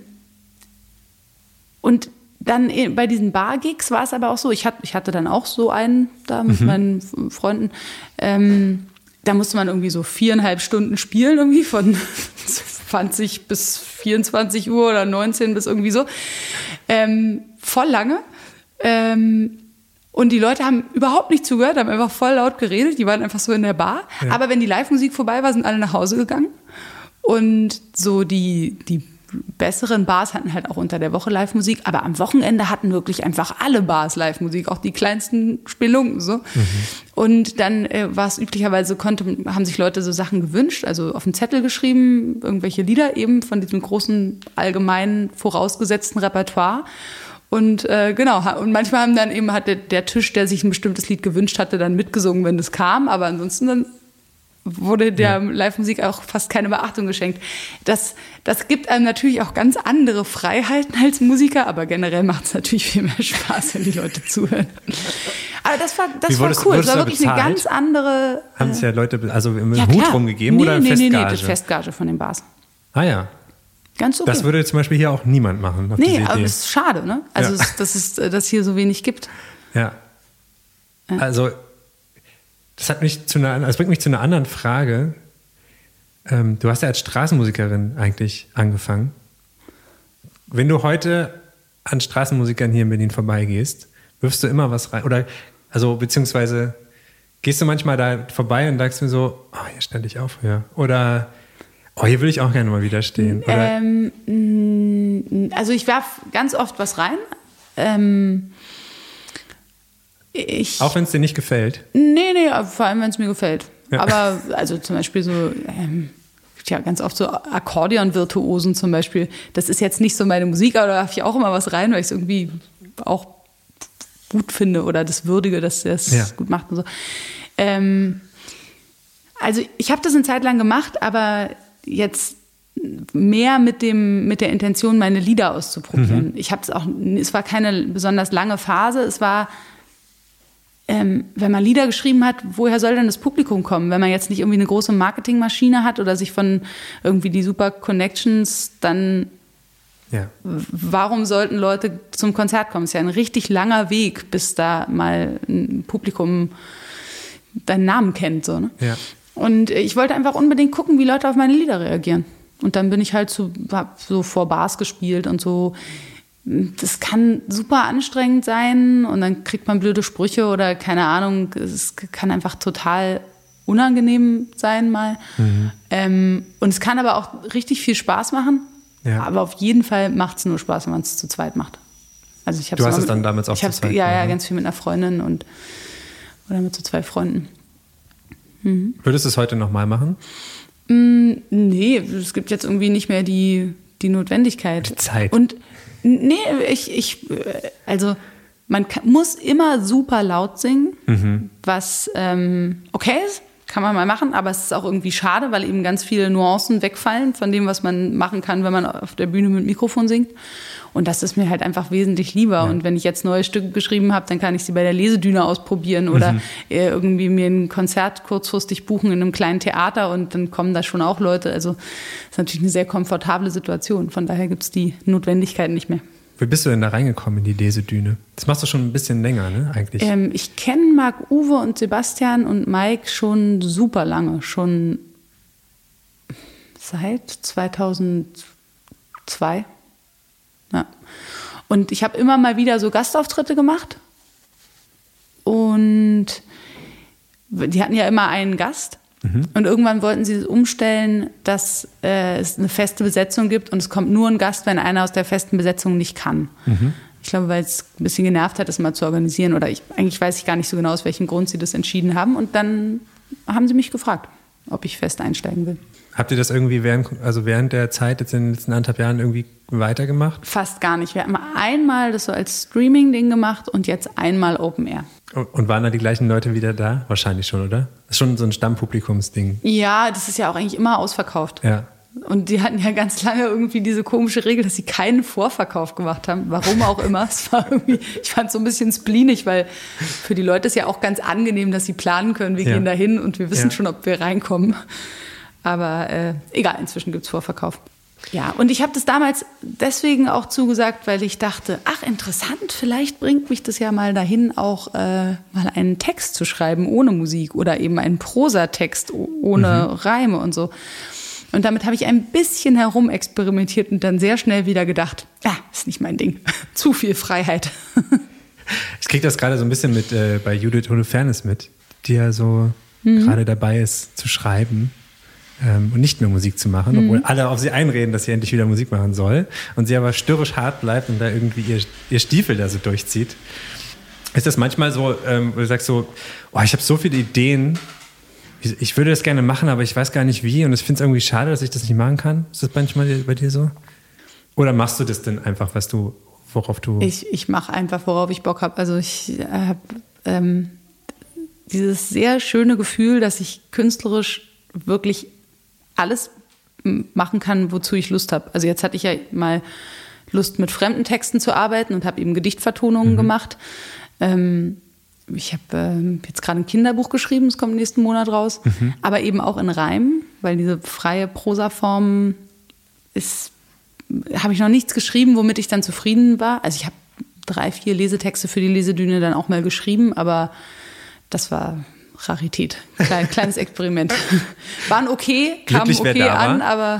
und dann bei diesen Bar-Gigs war es aber auch so, ich hatte, ich hatte dann auch so einen da mit mhm. meinen Freunden, ähm, da musste man irgendwie so viereinhalb Stunden spielen, irgendwie von zwanzig bis vierundzwanzig Uhr oder neunzehn bis irgendwie so. Ähm, voll lange. Ähm, und die Leute haben überhaupt nicht zugehört, haben einfach voll laut geredet. Die waren einfach so in der Bar. Ja. Aber wenn die Live-Musik vorbei war, sind alle nach Hause gegangen. Und so die, die besseren Bars hatten halt auch unter der Woche Live-Musik, aber am Wochenende hatten wirklich einfach alle Bars Live-Musik, auch die kleinsten Spelunken so. Mhm. Und dann äh, war es üblicherweise, konnte, haben sich Leute so Sachen gewünscht, also auf einen Zettel geschrieben, irgendwelche Lieder eben von diesem großen, allgemeinen, vorausgesetzten Repertoire. Und äh, genau, und manchmal haben dann eben, hat der, der Tisch, der sich ein bestimmtes Lied gewünscht hatte, dann mitgesungen, wenn das kam, aber ansonsten dann wurde der ja. Live-Musik auch fast keine Beachtung geschenkt. Das, das gibt einem natürlich auch ganz andere Freiheiten als Musiker, aber generell macht es natürlich viel mehr Spaß, wenn die Leute zuhören. Aber das war, das war cool. Das war wirklich bezahlt? Eine ganz andere... Haben es ja Leute also im ja, Hut rumgegeben nee, oder nee, Festgage? Nee, nee, das Festgage von den Bars. Ah ja. Ganz okay. Das würde zum Beispiel hier auch niemand machen. Auf nee, aber das ist schade, ne? Also, ja. dass es das hier so wenig gibt. Ja. Also... Das hat mich zu einer, das bringt mich zu einer anderen Frage. Ähm, du hast ja als Straßenmusikerin eigentlich angefangen. Wenn du heute an Straßenmusikern hier in Berlin vorbeigehst, wirfst du immer was rein? Oder, also, beziehungsweise, gehst du manchmal da vorbei und sagst mir so, oh, hier stand ich auf, ja. Oder, oh, hier will ich auch gerne mal wieder stehen. Oder? Ähm, also, ich werf ganz oft was rein. Ähm, Ich, auch wenn es dir nicht gefällt? Nee, nee, vor allem, wenn es mir gefällt. Ja. Aber also zum Beispiel so, ähm, ja, ganz oft so Akkordeon-Virtuosen zum Beispiel. Das ist jetzt nicht so meine Musik, aber da darf ich auch immer was rein, weil ich es irgendwie auch gut finde oder das würdige, dass der es ja. gut macht und so. Ähm, also ich habe das eine Zeit lang gemacht, aber jetzt mehr mit dem mit der Intention, meine Lieder auszuprobieren. Mhm. Ich habe es auch, es war keine besonders lange Phase, es war Ähm, wenn man Lieder geschrieben hat, woher soll denn das Publikum kommen? Wenn man jetzt nicht irgendwie eine große Marketingmaschine hat oder sich von irgendwie die super Connections, dann ja. warum sollten Leute zum Konzert kommen? Es ist ja ein richtig langer Weg, bis da mal ein Publikum deinen Namen kennt. So, ne? Ja. Und ich wollte einfach unbedingt gucken, wie Leute auf meine Lieder reagieren. Und dann bin ich halt so, hab so vor Bars gespielt und so. Das kann super anstrengend sein und dann kriegt man blöde Sprüche oder keine Ahnung, es kann einfach total unangenehm sein mal. Mhm. Ähm, und es kann aber auch richtig viel Spaß machen, ja. aber auf jeden Fall macht es nur Spaß, wenn man es zu zweit macht. Also ich du hast es dann damals auch zu zweit Ja, ja, ganz viel mit einer Freundin und oder mit so zwei Freunden. Mhm. Würdest du es heute nochmal machen? Mm, nee, es gibt jetzt irgendwie nicht mehr die, die Notwendigkeit. Die Zeit. Und nee, ich, ich, also man kann, muss immer super laut singen, mhm. was ähm, okay ist, kann man mal machen, aber es ist auch irgendwie schade, weil eben ganz viele Nuancen wegfallen von dem, was man machen kann, wenn man auf der Bühne mit Mikrofon singt. Und das ist mir halt einfach wesentlich lieber. Ja. Und wenn ich jetzt neue Stücke geschrieben habe, dann kann ich sie bei der Lesedüne ausprobieren oder mhm. irgendwie mir ein Konzert kurzfristig buchen in einem kleinen Theater und dann kommen da schon auch Leute. Also das ist natürlich eine sehr komfortable Situation. Von daher gibt es die Notwendigkeit nicht mehr. Wie bist du denn da reingekommen in die Lesedüne? Das machst du schon ein bisschen länger, ne, eigentlich? Ähm, ich kenne Marc-Uwe und Sebastian und Mike schon super lange. Schon seit zweitausendzwei. Ja. Und ich habe immer mal wieder so Gastauftritte gemacht. Und die hatten ja immer einen Gast. Mhm. Und irgendwann wollten sie es umstellen, dass äh, es eine feste Besetzung gibt und es kommt nur ein Gast, wenn einer aus der festen Besetzung nicht kann. Mhm. Ich glaube, weil es ein bisschen genervt hat, das mal zu organisieren. Oder ich, eigentlich weiß ich gar nicht so genau, aus welchem Grund sie das entschieden haben. Und dann haben sie mich gefragt, ob ich fest einsteigen will. Habt ihr das irgendwie während, also während der Zeit, jetzt in den letzten anderthalb Jahren, irgendwie weitergemacht? Fast gar nicht. Wir haben einmal das so als Streaming-Ding gemacht und jetzt einmal Open Air. Und waren da die gleichen Leute wieder da? Wahrscheinlich schon, oder? Das ist schon so ein Stammpublikumsding. Ja, das ist ja auch eigentlich immer ausverkauft. Ja. Und die hatten ja ganz lange irgendwie diese komische Regel, dass sie keinen Vorverkauf gemacht haben. Warum auch immer. Es war irgendwie, ich fand es so ein bisschen spleenig, weil für die Leute ist ja auch ganz angenehm, dass sie planen können. Wir ja. gehen da hin und wir wissen ja. schon, ob wir reinkommen. Aber äh, egal, inzwischen gibt es Vorverkauf. Ja, und ich habe das damals deswegen auch zugesagt, weil ich dachte, ach interessant, vielleicht bringt mich das ja mal dahin, auch äh, mal einen Text zu schreiben ohne Musik oder eben einen Prosatext ohne mhm. Reime und so. Und damit habe ich ein bisschen herumexperimentiert und dann sehr schnell wieder gedacht, ah, ist nicht mein Ding. Zu viel Freiheit. Ich kriege das gerade so ein bisschen mit äh, bei Judith Holofernes mit, die ja so mhm. gerade dabei ist zu schreiben ähm, und nicht mehr Musik zu machen, mhm. obwohl alle auf sie einreden, dass sie endlich wieder Musik machen soll. Und sie aber störrisch hart bleibt und da irgendwie ihr, ihr Stiefel da so durchzieht. Ist das manchmal so, ähm, wo du sagst so, oh, ich habe so viele Ideen, ich würde das gerne machen, aber ich weiß gar nicht wie und ich finde es irgendwie schade, dass ich das nicht machen kann. Ist das manchmal bei dir so? Oder machst du das denn einfach, was du, worauf du... Ich, ich mache einfach, worauf ich Bock habe. Also ich habe ähm, dieses sehr schöne Gefühl, dass ich künstlerisch wirklich alles machen kann, wozu ich Lust habe. Also jetzt hatte ich ja mal Lust, mit fremden Texten zu arbeiten und habe eben Gedichtvertonungen mhm. gemacht. Ähm, Ich habe äh, jetzt gerade ein Kinderbuch geschrieben, es kommt nächsten Monat raus, mhm. aber eben auch in Reim, weil diese freie Prosaform ist, habe ich noch nichts geschrieben, womit ich dann zufrieden war. Also ich habe drei, vier Lesetexte für die Lesedüne dann auch mal geschrieben, aber das war Rarität, Klein, kleines Experiment. Waren okay, kamen okay an, aber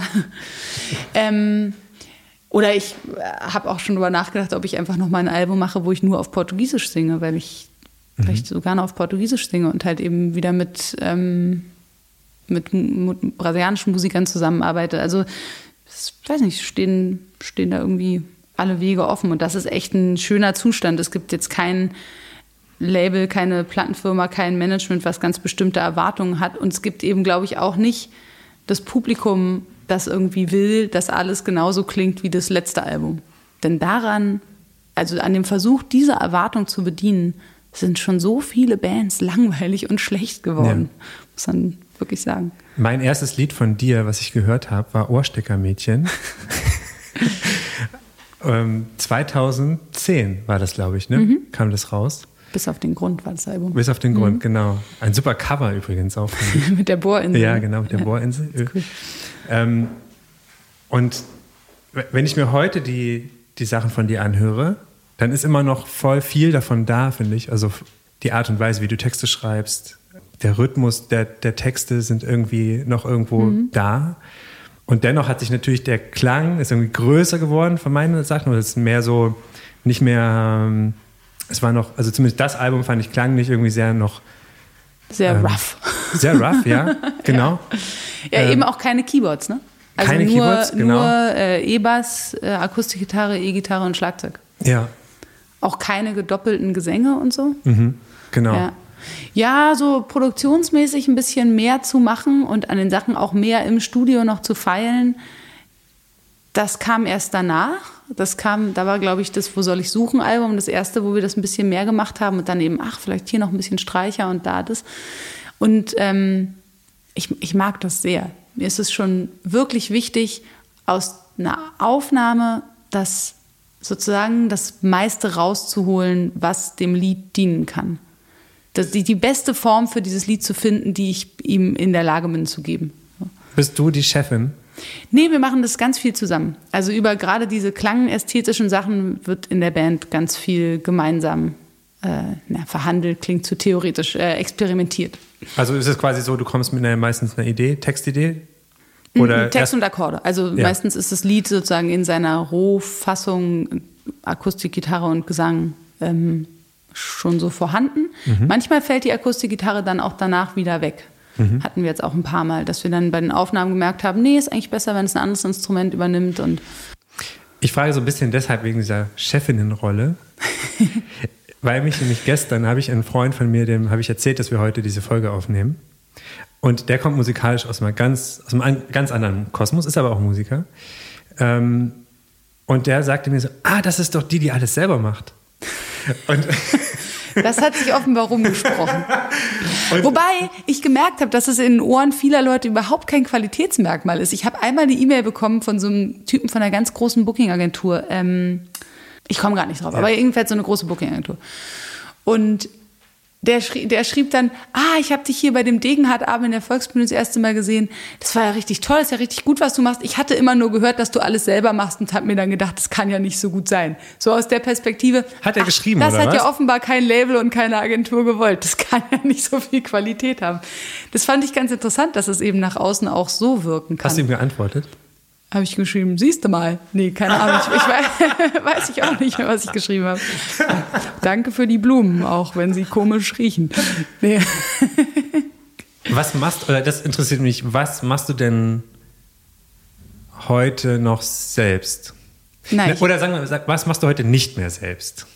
ähm, oder ich habe auch schon drüber nachgedacht, ob ich einfach noch mal ein Album mache, wo ich nur auf Portugiesisch singe, weil ich weil ich so gerne auf Portugiesisch singe und halt eben wieder mit, ähm, mit, mit brasilianischen Musikern zusammenarbeite. Also, ich weiß nicht, stehen, stehen da irgendwie alle Wege offen. Und das ist echt ein schöner Zustand. Es gibt jetzt kein Label, keine Plattenfirma, kein Management, was ganz bestimmte Erwartungen hat. Und es gibt eben, glaube ich, auch nicht das Publikum, das irgendwie will, dass alles genauso klingt wie das letzte Album. Denn daran, also an dem Versuch, diese Erwartung zu bedienen, sind schon so viele Bands langweilig und schlecht geworden, ja. muss man wirklich sagen. Mein erstes Lied von dir, was ich gehört habe, war Ohrsteckermädchen. ähm, zweitausendzehn war das, glaube ich, ne? Mhm. Kam das raus. Bis auf den Grund war das Album. Bis auf den mhm. Grund, genau. Ein super Cover übrigens auch. Mit der Bohrinsel. Ja, genau, mit der ja. Bohrinsel. Cool. Ähm, und wenn ich mir heute die, die Sachen von dir anhöre, dann ist immer noch voll viel davon da, finde ich. Also die Art und Weise, wie du Texte schreibst, der Rhythmus der, der Texte sind irgendwie noch irgendwo mhm. da. Und dennoch hat sich natürlich der Klang, ist irgendwie größer geworden von meinen Sachen. Und es ist mehr so, nicht mehr, es war noch, also zumindest das Album fand ich klang nicht irgendwie sehr noch... Sehr ähm, rough. Sehr rough, ja, genau. Ja, ja ähm, eben auch keine Keyboards, ne? Also keine nur, Keyboards, genau. Nur äh, E-Bass, äh, Akustikgitarre, E-Gitarre und Schlagzeug. Ja. Auch keine gedoppelten Gesänge und so. Mhm, genau. Ja. ja, so produktionsmäßig ein bisschen mehr zu machen und an den Sachen auch mehr im Studio noch zu feilen, das kam erst danach. Das kam, da war, glaube ich, das Wo soll ich suchen Album, das erste, wo wir das ein bisschen mehr gemacht haben und dann eben, ach, vielleicht hier noch ein bisschen Streicher und da das. Und ähm, ich, ich mag das sehr. Mir ist es schon wirklich wichtig, aus einer Aufnahme das sozusagen das meiste rauszuholen, was dem Lied dienen kann. Das, die, die beste Form für dieses Lied zu finden, die ich ihm in der Lage bin zu geben. Bist du die Chefin? Nee, wir machen das ganz viel zusammen. Also über gerade diese klangästhetischen Sachen wird in der Band ganz viel gemeinsam äh, na, verhandelt, klingt zu theoretisch, äh, experimentiert. Also ist es quasi so, du kommst mit einer meistens einer Idee, Textidee? Oder Text und Akkorde. Also ja. meistens ist das Lied sozusagen in seiner Rohfassung, Akustik, Gitarre und Gesang ähm, schon so vorhanden. Mhm. Manchmal fällt die Akustikgitarre dann auch danach wieder weg. Mhm. Hatten wir jetzt auch ein paar Mal, dass wir dann bei den Aufnahmen gemerkt haben, nee, ist eigentlich besser, wenn es ein anderes Instrument übernimmt. Und ich frage so ein bisschen deshalb wegen dieser Chefinnenrolle, weil mich nämlich gestern habe ich einen Freund von mir, dem habe ich erzählt, dass wir heute diese Folge aufnehmen. Und der kommt musikalisch aus einem ganz, aus einem ganz anderen Kosmos, ist aber auch Musiker. Ähm, und der sagte mir so, ah, das ist doch die, die alles selber macht. Und Das hat sich offenbar rumgesprochen. Wobei ich gemerkt habe, dass es in den Ohren vieler Leute überhaupt kein Qualitätsmerkmal ist. Ich habe einmal eine E-Mail bekommen von so einem Typen von einer ganz großen Booking-Agentur. Ähm, ich komme gerade nicht drauf, ja. aber jedenfalls so eine große Booking-Agentur. Und Der, schrie, der schrieb dann, ah, ich habe dich hier bei dem Degenhardt-Abend in der Volksbühne das erste Mal gesehen. Das war ja richtig toll, das ist ja richtig gut, was du machst. Ich hatte immer nur gehört, dass du alles selber machst und habe mir dann gedacht, das kann ja nicht so gut sein. So aus der Perspektive. Hat er ach, geschrieben, das oder hat was? ja offenbar kein Label und keine Agentur gewollt. Das kann ja nicht so viel Qualität haben. Das fand ich ganz interessant, dass es eben nach außen auch so wirken kann. Hast du ihm geantwortet? Habe ich geschrieben, siehst du mal. Nee, keine Ahnung. Ich, ich weiß, weiß ich auch nicht mehr, was ich geschrieben habe. Danke für die Blumen, auch wenn sie komisch riechen. Nee. Was machst, oder das interessiert mich, was machst du denn heute noch selbst? Nein, oder sagen wir, was machst du heute nicht mehr selbst?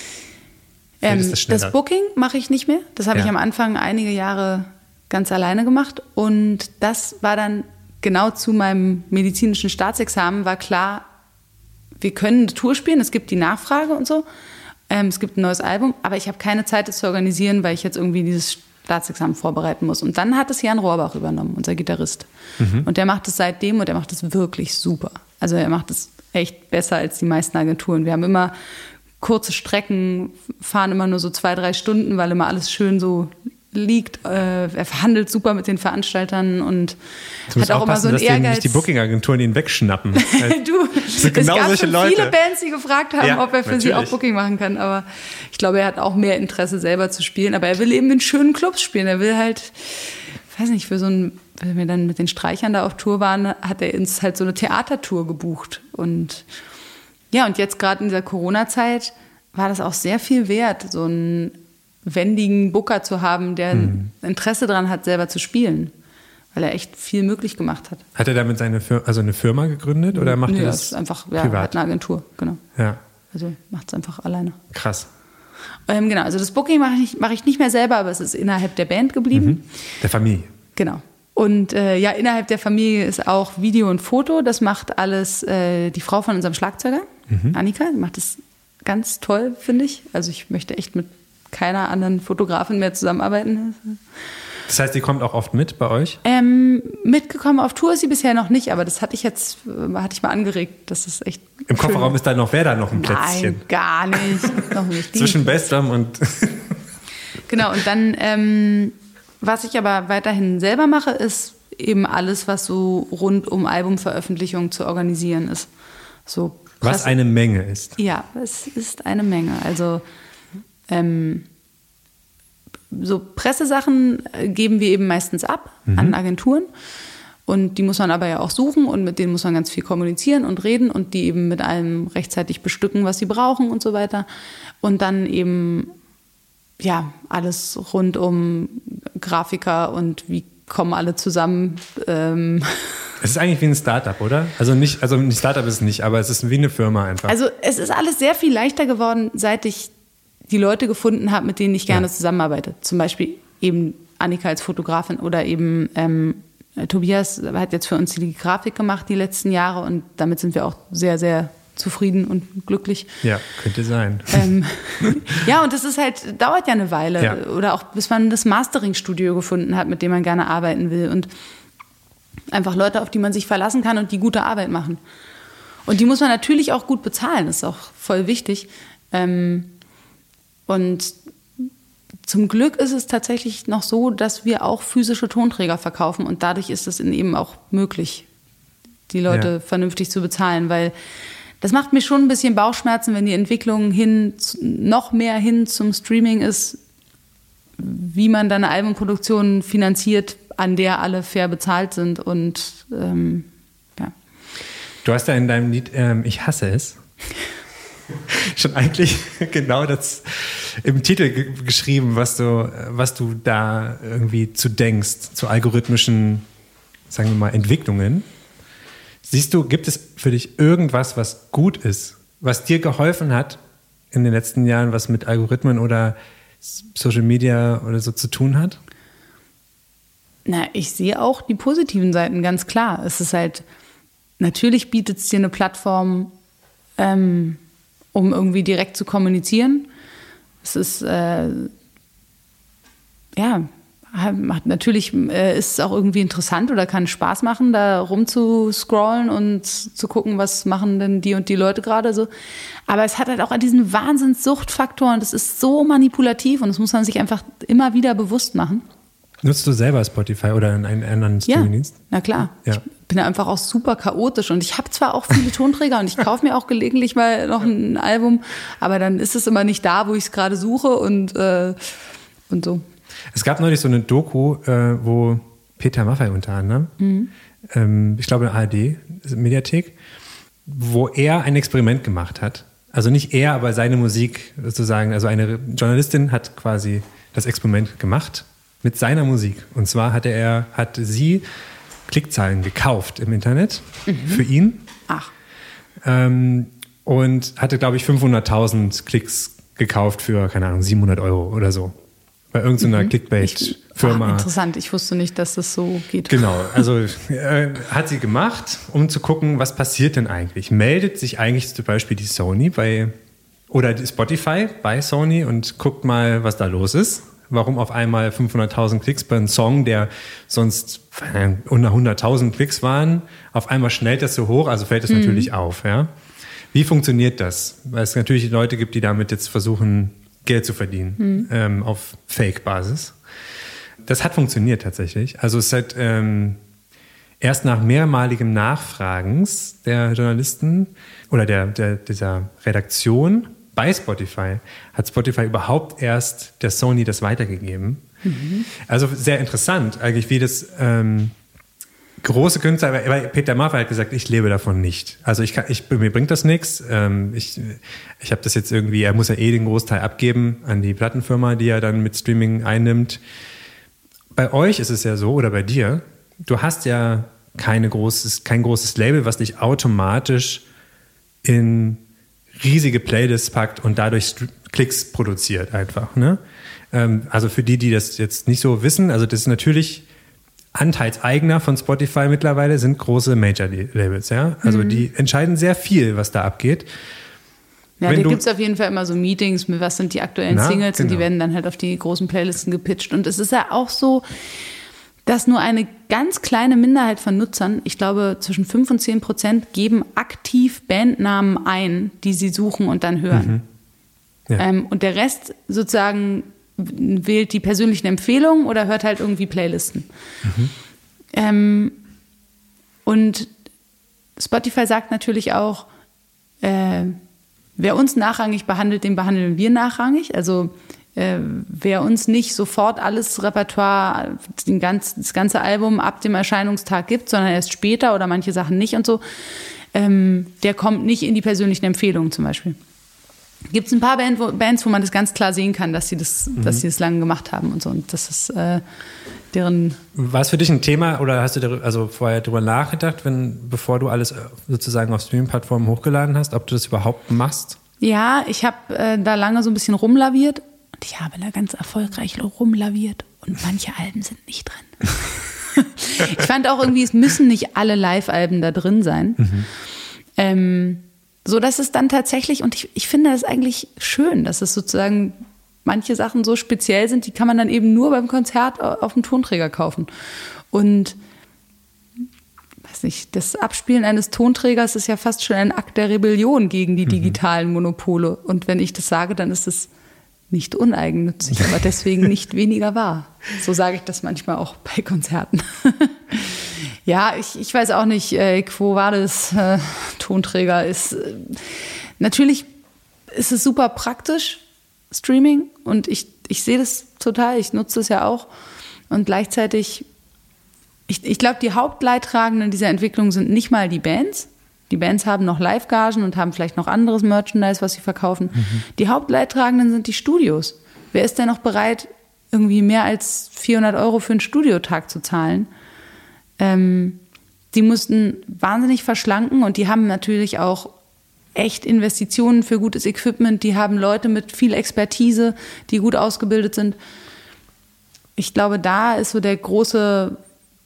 Ähm, das, das Booking mache ich nicht mehr. Das habe ja. ich am Anfang einige Jahre ganz alleine gemacht. Und das war dann genau zu meinem medizinischen Staatsexamen war klar, wir können eine Tour spielen, es gibt die Nachfrage und so, ähm, es gibt ein neues Album, aber ich habe keine Zeit, das zu organisieren, weil ich jetzt irgendwie dieses Staatsexamen vorbereiten muss. Und dann hat es Jan Rohrbach übernommen, unser Gitarrist. Mhm. Und der macht es seitdem und der macht es wirklich super. Also er macht es echt besser als die meisten Agenturen. Wir haben immer kurze Strecken, fahren immer nur so zwei, drei Stunden, weil immer alles schön so liegt. Äh, er verhandelt super mit den Veranstaltern und hat auch immer so einen dass Ehrgeiz. Dass die Booking-Agenturen ihn wegschnappen. du, so genau es gab solche schon Leute. viele Bands, die gefragt haben, ja, ob er für natürlich. sie auch Booking machen kann, aber ich glaube, er hat auch mehr Interesse, selber zu spielen, aber er will eben in schönen Clubs spielen. Er will halt, weiß nicht, für so ein, wenn wir dann mit den Streichern da auf Tour waren, hat er uns halt so eine Theatertour gebucht und ja, und jetzt gerade in dieser Corona-Zeit war das auch sehr viel wert, so ein wendigen Booker zu haben, der ein Interesse daran hat, selber zu spielen, weil er echt viel möglich gemacht hat. Hat er damit seine Firma, also eine Firma gegründet oder macht nee, er das? das ist einfach, ja, privat? hat eine Agentur, genau. Ja. Also macht es einfach alleine. Krass. Ähm, genau, also das Booking mache ich, mach ich nicht mehr selber, aber es ist innerhalb der Band geblieben. Mhm. Der Familie. Genau. Und äh, ja, innerhalb der Familie ist auch Video und Foto. Das macht alles äh, die Frau von unserem Schlagzeuger, mhm. Annika. Die macht das ganz toll, finde ich. Also ich möchte echt mit keiner anderen Fotografin mehr zusammenarbeiten. Das heißt, die kommt auch oft mit bei euch? Ähm, mitgekommen auf Tour ist sie bisher noch nicht, aber das hatte ich jetzt, hatte ich mal angeregt. Das ist echt Im schön. Kofferraum ist da noch, wer da noch ein Plätzchen? Nein, gar nicht. Noch nicht. Zwischen Bestram und... Genau, und dann, ähm, was ich aber weiterhin selber mache, ist eben alles, was so rund um Albumveröffentlichung zu organisieren ist. So was eine Menge ist. Ja, es ist eine Menge. Also ähm, so Pressesachen geben wir eben meistens ab mhm. an Agenturen. Und die muss man aber ja auch suchen und mit denen muss man ganz viel kommunizieren und reden und die eben mit allem rechtzeitig bestücken, was sie brauchen und so weiter. Und dann eben ja alles rund um Grafiker und wie kommen alle zusammen. Ähm Es ist eigentlich wie ein Startup, oder? Also nicht, also ein Startup ist es nicht, aber es ist wie eine Firma einfach. Also es ist alles sehr viel leichter geworden, seit ich die Leute gefunden habe, mit denen ich gerne ja. zusammenarbeite. Zum Beispiel eben Annika als Fotografin oder eben ähm, Tobias hat jetzt für uns die Grafik gemacht die letzten Jahre und damit sind wir auch sehr, sehr zufrieden und glücklich. Ja, könnte sein. Ähm, ja, und das ist halt, dauert ja eine Weile. Ja. Oder auch, bis man das Mastering-Studio gefunden hat, mit dem man gerne arbeiten will. Und einfach Leute, auf die man sich verlassen kann und die gute Arbeit machen. Und die muss man natürlich auch gut bezahlen, das ist auch voll wichtig. Ähm, und zum Glück ist es tatsächlich noch so, dass wir auch physische Tonträger verkaufen und dadurch ist es eben auch möglich, die Leute ja. vernünftig zu bezahlen, weil das macht mir schon ein bisschen Bauchschmerzen, wenn die Entwicklung hin, noch mehr hin zum Streaming ist, wie man dann eine Albumproduktion finanziert, an der alle fair bezahlt sind und ähm, ja. Du hast ja in deinem Lied ähm, Ich hasse es schon eigentlich genau das im Titel g- geschrieben, was du, was du da irgendwie zu denkst, zu algorithmischen, sagen wir mal, Entwicklungen. Siehst du, gibt es für dich irgendwas, was gut ist, was dir geholfen hat in den letzten Jahren, was mit Algorithmen oder Social Media oder so zu tun hat? Na, ich sehe auch die positiven Seiten, ganz klar. Es ist halt, natürlich bietet es dir eine Plattform, ähm, um irgendwie direkt zu kommunizieren. Es ist, äh, ja, macht, natürlich äh, ist es auch irgendwie interessant oder kann Spaß machen, da rumzuscrollen und zu gucken, was machen denn die und die Leute gerade so. Aber es hat halt auch diesen Wahnsinns-Suchtfaktor und es ist so manipulativ und das muss man sich einfach immer wieder bewusst machen. Nutzt du selber Spotify oder einen anderen Streamingdienst? Ja, na klar. Ja. Ich bin ja einfach auch super chaotisch und ich habe zwar auch viele Tonträger und ich kaufe mir auch gelegentlich mal noch ein Album, aber dann ist es immer nicht da, wo ich es gerade suche und, äh, und so. Es gab neulich so eine Doku, äh, wo Peter Maffay unter anderem, mhm. ähm, ich glaube in der A R D-Mediathek, wo er ein Experiment gemacht hat. Also nicht er, aber seine Musik sozusagen. Also eine Journalistin hat quasi das Experiment gemacht mit seiner Musik. Und zwar hatte er, hat sie Klickzahlen gekauft im Internet mhm. für ihn. Ach. Ähm, und hatte, glaube ich, fünfhunderttausend Klicks gekauft für, keine Ahnung, siebenhundert Euro oder so. Bei irgendeiner mhm. Clickbait-Firma. Interessant, ich wusste nicht, dass das so geht. Genau, also äh, hat sie gemacht, um zu gucken, was passiert denn eigentlich. Meldet sich eigentlich zum Beispiel die Sony bei, oder die Spotify bei Sony und guckt mal, was da los ist. Warum auf einmal fünfhunderttausend Klicks bei einem Song, der sonst äh, unter hunderttausend Klicks waren, auf einmal schnellt das so hoch, also fällt das mhm. natürlich auf. Ja? Wie funktioniert das? Weil es natürlich Leute gibt, die damit jetzt versuchen, Geld zu verdienen, mhm. ähm, auf Fake-Basis. Das hat funktioniert tatsächlich. Also es hat ähm, erst nach mehrmaligem Nachfragens der Journalisten oder der, der, dieser Redaktion bei Spotify hat Spotify überhaupt erst der Sony das weitergegeben. Mhm. Also sehr interessant eigentlich, wie das ähm, große Künstler, aber Peter Maffay hat gesagt, ich lebe davon nicht. Also ich kann, ich, mir bringt das nichts. Ähm, ich ich habe das jetzt irgendwie, er muss ja eh den Großteil abgeben an die Plattenfirma, die er dann mit Streaming einnimmt. Bei euch ist es ja so, oder bei dir, du hast ja keine großes, kein großes Label, was dich automatisch in riesige Playlists packt und dadurch Klicks produziert einfach. Ne? Ähm, also für die, die das jetzt nicht so wissen, also das ist natürlich Anteilseigner von Spotify mittlerweile sind große Major-Labels, ja. Also mhm. die entscheiden sehr viel, was da abgeht. Ja, da gibt es auf jeden Fall immer so Meetings, mit was sind die aktuellen Na, Singles genau. und die werden dann halt auf die großen Playlisten gepitcht. Und es ist ja auch so, dass nur eine ganz kleine Minderheit von Nutzern, ich glaube zwischen fünf und zehn Prozent, geben aktiv Bandnamen ein, die sie suchen und dann hören. Mhm. Ja. Ähm, und der Rest sozusagen wählt die persönlichen Empfehlungen oder hört halt irgendwie Playlisten. Mhm. Ähm, und Spotify sagt natürlich auch, äh, wer uns nachrangig behandelt, den behandeln wir nachrangig. Also äh, wer uns nicht sofort alles Repertoire, den ganz, das ganze Album ab dem Erscheinungstag gibt, sondern erst später oder manche Sachen nicht und so, ähm, der kommt nicht in die persönlichen Empfehlungen zum Beispiel. Gibt es ein paar Band, wo, Bands, wo man das ganz klar sehen kann, dass sie das, mhm. dass sie das lange gemacht haben und so. Und das ist äh, deren. War es für dich ein Thema oder hast du darüber, also vorher darüber nachgedacht, wenn, bevor du alles sozusagen auf Streaming-Plattformen hochgeladen hast, ob du das überhaupt machst? Ja, ich habe äh, da lange so ein bisschen rumlaviert und ich habe da ganz erfolgreich rumlaviert und manche Alben sind nicht drin. Ich fand auch irgendwie, es müssen nicht alle Live-Alben da drin sein. Mhm. Ähm, So dass es dann tatsächlich, und ich, ich finde das eigentlich schön, dass es sozusagen manche Sachen so speziell sind, die kann man dann eben nur beim Konzert auf dem Tonträger kaufen. Und weiß nicht, das Abspielen eines Tonträgers ist ja fast schon ein Akt der Rebellion gegen die digitalen Monopole. Und wenn ich das sage, dann ist es nicht uneigennützig, aber deswegen nicht weniger wahr. So sage ich das manchmal auch bei Konzerten. Ja, ich, ich weiß auch nicht, äh, Quo Vadis äh, Tonträger ist. Äh, natürlich ist es super praktisch, Streaming, und ich, ich sehe das total, ich nutze es ja auch. Und gleichzeitig, ich, ich glaube, die Hauptleidtragenden dieser Entwicklung sind nicht mal die Bands. Die Bands haben noch Live-Gagen und haben vielleicht noch anderes Merchandise, was sie verkaufen. Mhm. Die Hauptleidtragenden sind die Studios. Wer ist denn noch bereit, irgendwie mehr als vierhundert Euro für einen Studiotag zu zahlen? Ähm, die mussten wahnsinnig verschlanken und die haben natürlich auch echt Investitionen für gutes Equipment. Die haben Leute mit viel Expertise, die gut ausgebildet sind. Ich glaube, da ist so der große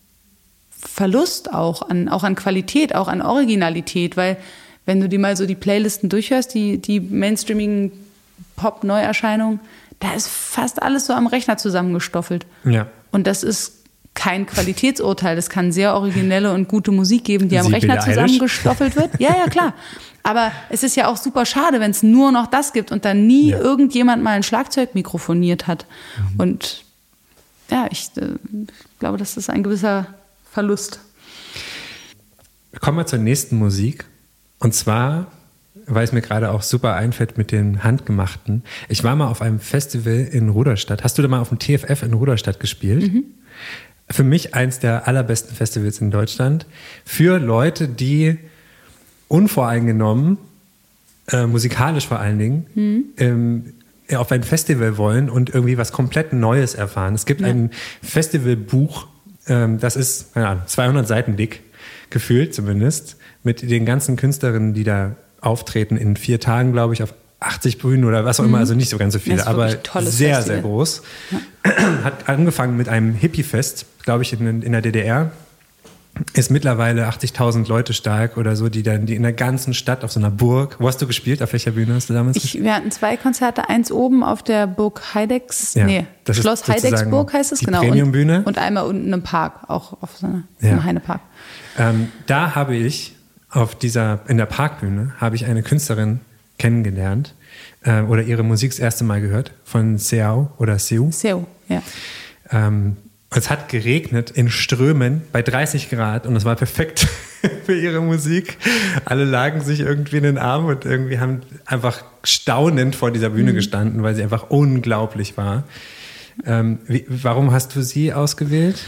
Verlust auch an, auch an Qualität, auch an Originalität, weil wenn du dir mal so die Playlisten durchhörst, die, die mainstreamigen Pop-Neuerscheinungen, da ist fast alles so am Rechner zusammengestoffelt. Ja. Und das ist kein Qualitätsurteil. Es kann sehr originelle und gute Musik geben, die am Sie Rechner Billie Eilish? zusammengestoffelt wird. Ja, ja, klar. Aber es ist ja auch super schade, wenn es nur noch das gibt und dann nie Ja. irgendjemand mal ein Schlagzeug mikrofoniert hat. Mhm. Und ja, ich, äh, ich glaube, das ist ein gewisser Verlust. Kommen wir zur nächsten Musik. Und zwar, weil es mir gerade auch super einfällt mit den Handgemachten. Ich war mal auf einem Festival in Rudolstadt. Hast du da mal auf dem T F F in Rudolstadt gespielt? Mhm. Für mich eins der allerbesten Festivals in Deutschland. Für Leute, die unvoreingenommen, äh, musikalisch vor allen Dingen, mhm. ähm, auf ein Festival wollen und irgendwie was komplett Neues erfahren. Es gibt ja. ein Festivalbuch, ähm, das ist keine Ahnung, zweihundert Seiten dick, gefühlt zumindest, mit den ganzen Künstlerinnen, die da auftreten in vier Tagen, glaube ich, auf achtzig Bühnen oder was auch immer, also nicht so ganz so viele, aber sehr, Festival. sehr groß. Ja. Hat angefangen mit einem Hippie-Fest, glaube ich, in, in der D D R. Ist mittlerweile achtzigtausend Leute stark oder so, die dann die in der ganzen Stadt auf so einer Burg. Wo hast du gespielt? Auf welcher Bühne hast du damals ich, gespielt? Wir hatten zwei Konzerte, eins oben auf der Burg Heidex, ja, nee, Schloss Heidecksburg heißt es, die genau. Premium-Bühne. Und, und einmal unten im Park, auch auf so einer, ja. im Heinepark. Ähm, da habe ich auf dieser, in der Parkbühne, habe ich eine Künstlerin kennengelernt äh, oder ihre Musik das erste Mal gehört von Seau oder Seu. Seu, ja. Ähm, es hat geregnet in Strömen bei dreißig Grad und es war perfekt für ihre Musik. Alle lagen sich irgendwie in den Arm und irgendwie haben einfach staunend vor dieser Bühne mhm. gestanden, weil sie einfach unglaublich war. Ähm, wie, warum hast du sie ausgewählt?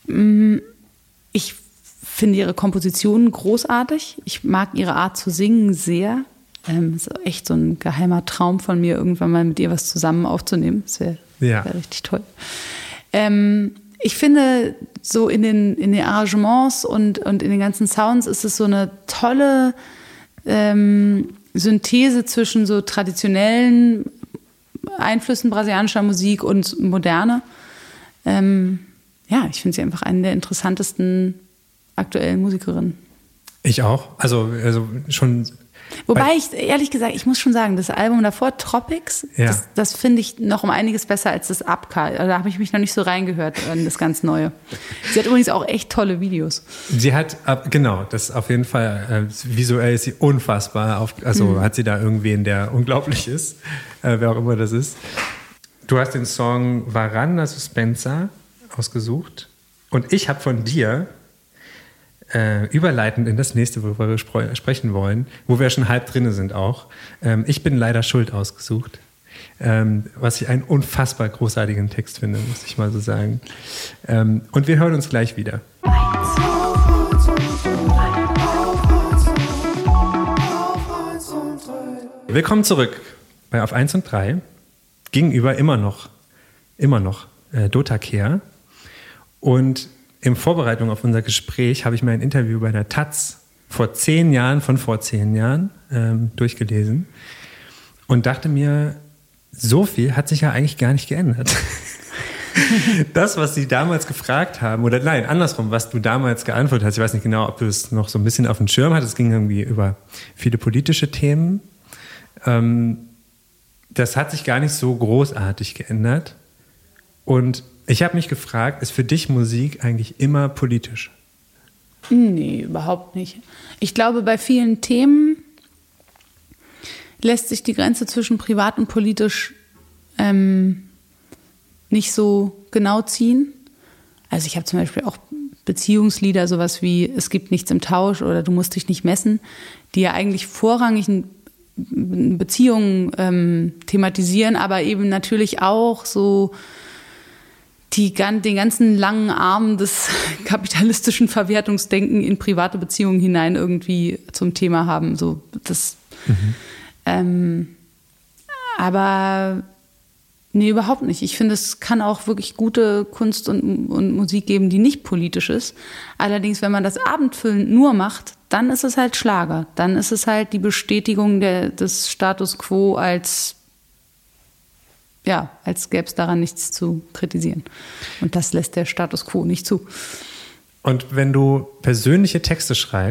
Ich finde ihre Kompositionen großartig. Ich mag ihre Art zu singen sehr. Ähm, ist echt so ein geheimer Traum von mir, irgendwann mal mit ihr was zusammen aufzunehmen. Das wäre ja. wär richtig toll. Ähm, ich finde, so in den, in den Arrangements und, und in den ganzen Sounds ist es so eine tolle ähm, Synthese zwischen so traditionellen Einflüssen brasilianischer Musik und Moderne. Ähm, ja, ich finde sie einfach eine der interessantesten aktuellen Musikerinnen. Ich auch. Also, also schon. Wobei ich, ehrlich gesagt, ich muss schon sagen, das Album davor, Tropics, ja. das, das finde ich noch um einiges besser als das Abka. Da habe ich mich noch nicht so reingehört in das ganz Neue. Sie hat übrigens auch echt tolle Videos. Sie hat, genau, das auf jeden Fall, äh, visuell ist sie unfassbar. Auf, also mhm. hat sie da irgendwen, der unglaublich ist, äh, wer auch immer das ist. Du hast den Song Varanda Suspensa ausgesucht und ich habe von dir Äh, überleitend in das nächste, worüber wir spre- sprechen wollen, wo wir schon halb drinne sind auch. Ähm, ich bin leider schuld ausgesucht, ähm, was ich einen unfassbar großartigen Text finde, muss ich mal so sagen. Ähm, und wir hören uns gleich wieder. Willkommen zurück bei Auf eins und drei. Gegenüber immer noch, immer noch äh, Dota Kehr. Und in Vorbereitung auf unser Gespräch habe ich mir ein Interview bei der Taz vor zehn Jahren, von vor zehn Jahren, ähm, durchgelesen und dachte mir, so viel hat sich ja eigentlich gar nicht geändert. Das, was sie damals gefragt haben, oder nein, andersrum, was du damals geantwortet hast, ich weiß nicht genau, ob du es noch so ein bisschen auf dem Schirm hattest, es ging irgendwie über viele politische Themen. Ähm, das hat sich gar nicht so großartig geändert. Und ich habe mich gefragt, ist für dich Musik eigentlich immer politisch? Nee, überhaupt nicht. Ich glaube, bei vielen Themen lässt sich die Grenze zwischen privat und politisch ähm, nicht so genau ziehen. Also ich habe zum Beispiel auch Beziehungslieder, sowas wie Es gibt nichts im Tausch oder Du musst dich nicht messen, die ja eigentlich vorrangig Beziehungen ähm, thematisieren, aber eben natürlich auch so die, den ganzen langen Arm des kapitalistischen Verwertungsdenken in private Beziehungen hinein irgendwie zum Thema haben. So, das, mhm. ähm, aber nee, überhaupt nicht. Ich finde, es kann auch wirklich gute Kunst und, und Musik geben, die nicht politisch ist. Allerdings, wenn man das abendfüllend nur macht, dann ist es halt Schlager. Dann ist es halt die Bestätigung der, des Status quo als ja, als gäbe es daran nichts zu kritisieren. Und das lässt der Status quo nicht zu. Und wenn du persönliche Texte schreibst,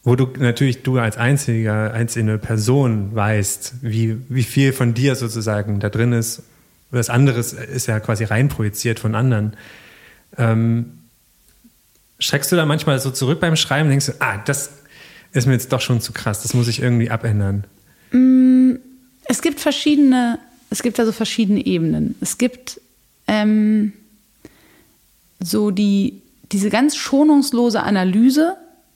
wo du natürlich du als einziger, einzelne Person weißt, wie, wie viel von dir sozusagen da drin ist. Das andere ist ja quasi reinprojiziert von anderen. Ähm, schreckst du da manchmal so zurück beim Schreiben und denkst du, ah, das ist mir jetzt doch schon zu krass, das muss ich irgendwie abändern? Es gibt verschiedene, es gibt also verschiedene Ebenen. Es gibt ähm, so die, diese ganz schonungslose Analyse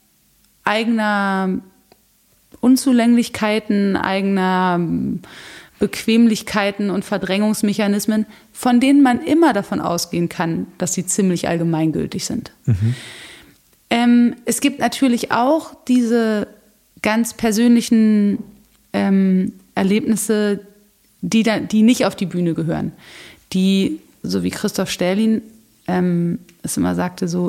eigener Unzulänglichkeiten, eigener Bequemlichkeiten und Verdrängungsmechanismen, von denen man immer davon ausgehen kann, dass sie ziemlich allgemeingültig sind. Mhm. Ähm, es gibt natürlich auch diese ganz persönlichen ähm, Erlebnisse, die, da, die nicht auf die Bühne gehören. Die, so wie Christoph Stählin ähm, es immer sagte, so,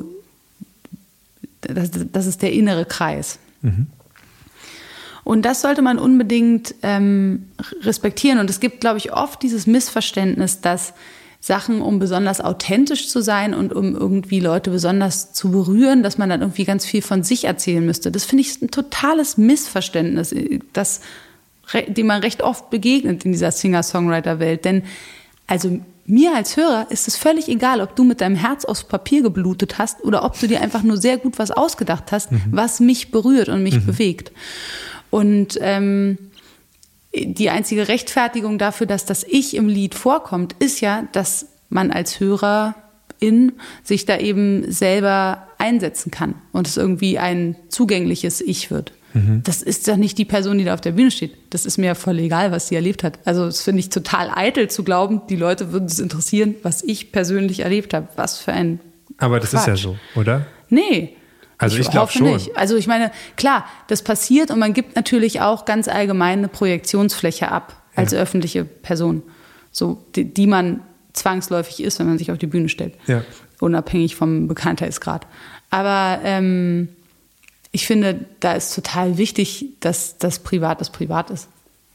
das, das ist der innere Kreis. Mhm. Und das sollte man unbedingt ähm, respektieren. Und es gibt, glaube ich, oft dieses Missverständnis, dass Sachen, um besonders authentisch zu sein und um irgendwie Leute besonders zu berühren, dass man dann irgendwie ganz viel von sich erzählen müsste. Das finde ich ein totales Missverständnis, das, dem man recht oft begegnet in dieser Singer-Songwriter-Welt. Denn also mir als Hörer ist es völlig egal, ob du mit deinem Herz aufs Papier geblutet hast oder ob du dir einfach nur sehr gut was ausgedacht hast, mhm. was mich berührt und mich mhm. bewegt. Und ähm, die einzige Rechtfertigung dafür, dass das Ich im Lied vorkommt, ist ja, dass man als Hörerin sich da eben selber einsetzen kann und es irgendwie ein zugängliches Ich wird. Mhm. Das ist doch nicht die Person, die da auf der Bühne steht. Das ist mir voll egal, was sie erlebt hat. Also das finde ich total eitel zu glauben, die Leute würden es interessieren, was ich persönlich erlebt habe. Was für ein Aber das Quatsch. Ist ja so, oder? Nee. Also ich, ich glaube schon. Nicht. Also ich meine, klar, das passiert und man gibt natürlich auch ganz allgemein eine Projektionsfläche ab als ja. öffentliche Person, so die, die man zwangsläufig ist, wenn man sich auf die Bühne stellt, ja. unabhängig vom Bekanntheitsgrad. Aber ähm, ich finde, da ist total wichtig, dass das Privat das Privat ist.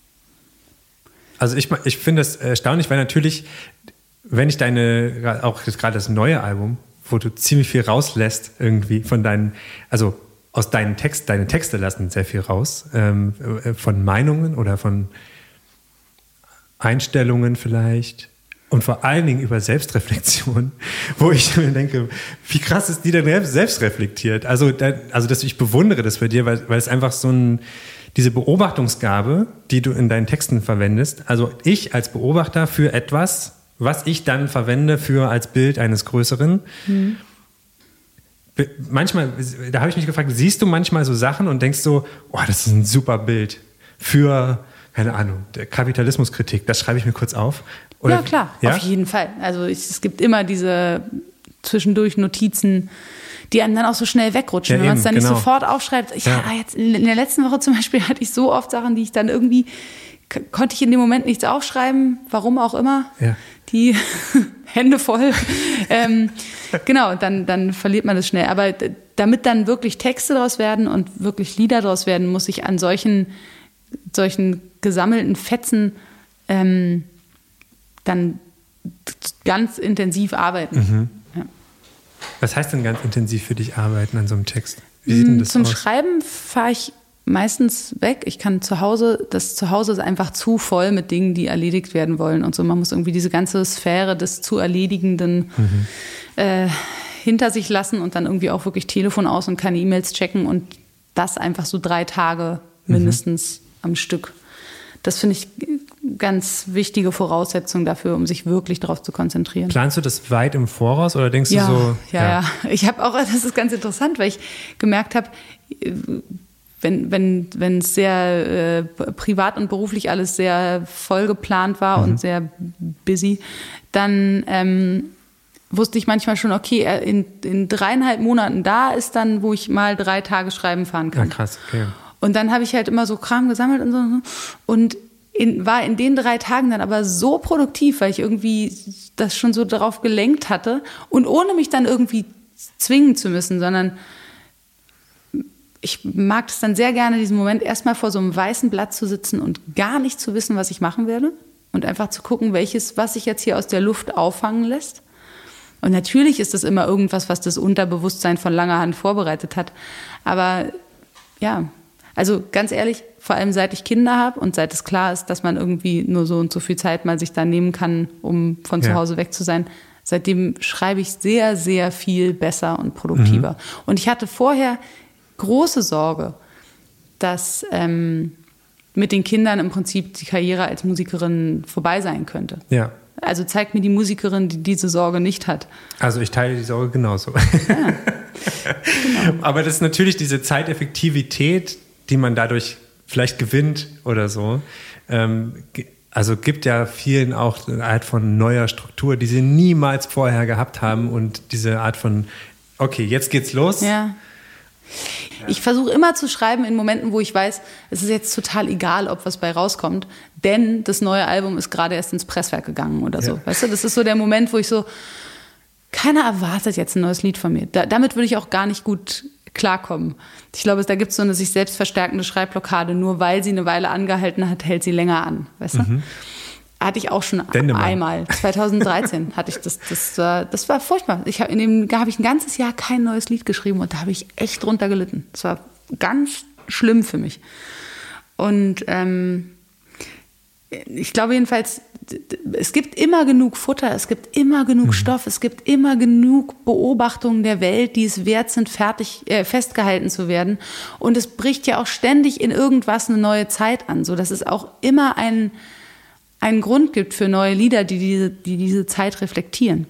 Also ich, ich finde es erstaunlich, weil natürlich, wenn ich deine, auch gerade das neue Album, wo du ziemlich viel rauslässt irgendwie von deinen, also aus deinen Text, deine Texte lassen sehr viel raus, ähm, von Meinungen oder von Einstellungen vielleicht und vor allen Dingen über Selbstreflexion, wo ich mir denke, wie krass ist die denn selbst reflektiert? Also, da, also dass ich bewundere das bei dir, weil, weil es einfach so ein, diese Beobachtungsgabe, die du in deinen Texten verwendest, also ich als Beobachter für etwas, was ich dann verwende für als Bild eines Größeren. Mhm. Manchmal, da habe ich mich gefragt, siehst du manchmal so Sachen und denkst so, oh, das ist ein super Bild für, keine Ahnung, der Kapitalismuskritik, das schreibe ich mir kurz auf. Oder, ja, klar, ja? Auf jeden Fall. Also ich, es gibt immer diese zwischendurch Notizen, die einem dann auch so schnell wegrutschen, ja, wenn man es dann genau. nicht sofort aufschreibt. Ich, ja. jetzt, in der letzten Woche zum Beispiel hatte ich so oft Sachen, die ich dann irgendwie, konnte ich in dem Moment nichts aufschreiben, warum auch immer. Ja. Die Hände voll. ähm, genau, dann, dann verliert man das schnell. Aber d- damit dann wirklich Texte daraus werden und wirklich Lieder daraus werden, muss ich an solchen, solchen gesammelten Fetzen ähm, dann ganz intensiv arbeiten. Mhm. Ja. Was heißt denn ganz intensiv für dich arbeiten an so einem Text? Wie sieht denn das Zum aus? Schreiben fahre ich meistens weg. Ich kann zu Hause, das Zuhause ist einfach zu voll mit Dingen, die erledigt werden wollen und so. Man muss irgendwie diese ganze Sphäre des zu Erledigenden mhm. äh, hinter sich lassen und dann irgendwie auch wirklich Telefon aus und keine E-Mails checken und das einfach so drei Tage mindestens mhm. am Stück. Das finde ich ganz wichtige Voraussetzung dafür, um sich wirklich darauf zu konzentrieren. Planst du das weit im Voraus oder denkst ja, du so? Ja, ja, ja. Ich habe auch, das ist ganz interessant, weil ich gemerkt habe, wenn wenn wenn es sehr äh, privat und beruflich alles sehr voll geplant war mhm. und sehr busy, dann ähm, wusste ich manchmal schon, okay, in, in dreieinhalb Monaten da ist dann, wo ich mal drei Tage schreiben fahren kann. Ja, krass, okay. Und dann habe ich halt immer so Kram gesammelt und so und in, war in den drei Tagen dann aber so produktiv, weil ich irgendwie das schon so darauf gelenkt hatte und ohne mich dann irgendwie zwingen zu müssen, sondern ich mag es dann sehr gerne, diesen Moment erstmal vor so einem weißen Blatt zu sitzen und gar nicht zu wissen, was ich machen werde und einfach zu gucken, welches, was sich jetzt hier aus der Luft auffangen lässt. Und natürlich ist das immer irgendwas, was das Unterbewusstsein von langer Hand vorbereitet hat, aber ja, also ganz ehrlich, vor allem seit ich Kinder habe und seit es klar ist, dass man irgendwie nur so und so viel Zeit mal sich da nehmen kann, um von ja. zu Hause weg zu sein, seitdem schreibe ich sehr, sehr viel besser und produktiver. Mhm. Und ich hatte vorher große Sorge, dass ähm, mit den Kindern im Prinzip die Karriere als Musikerin vorbei sein könnte. Ja. Also zeigt mir die Musikerin, die diese Sorge nicht hat. Also ich teile die Sorge genauso. Ja. Genau. Aber das ist natürlich diese Zeiteffektivität, die man dadurch vielleicht gewinnt oder so. Ähm, also gibt ja vielen auch eine Art von neuer Struktur, die sie niemals vorher gehabt haben und diese Art von, okay, jetzt geht's los. Ja. Ich versuche immer zu schreiben in Momenten, wo ich weiß, es ist jetzt total egal, ob was bei rauskommt, denn das neue Album ist gerade erst ins Presswerk gegangen oder so. Ja. Weißt du, das ist so der Moment, wo ich so, keiner erwartet jetzt ein neues Lied von mir. Da, damit würde ich auch gar nicht gut klarkommen. Ich glaube, da gibt es so eine sich selbst verstärkende Schreibblockade. Nur weil sie eine Weile angehalten hat, hält sie länger an. Weißt du? Mhm. Hatte ich auch schon Dendemann. einmal. zwanzig dreizehn hatte ich das. Das war, das war furchtbar. Ich hab in dem, da habe ich ein ganzes Jahr kein neues Lied geschrieben und da habe ich echt drunter gelitten. Das war ganz schlimm für mich. Und ähm, ich glaube jedenfalls, es gibt immer genug Futter, es gibt immer genug mhm. Stoff, es gibt immer genug Beobachtungen der Welt, die es wert sind, fertig, äh, festgehalten zu werden. Und es bricht ja auch ständig in irgendwas eine neue Zeit an, sodass es auch immer ein einen Grund gibt für neue Lieder, die diese, die diese Zeit reflektieren.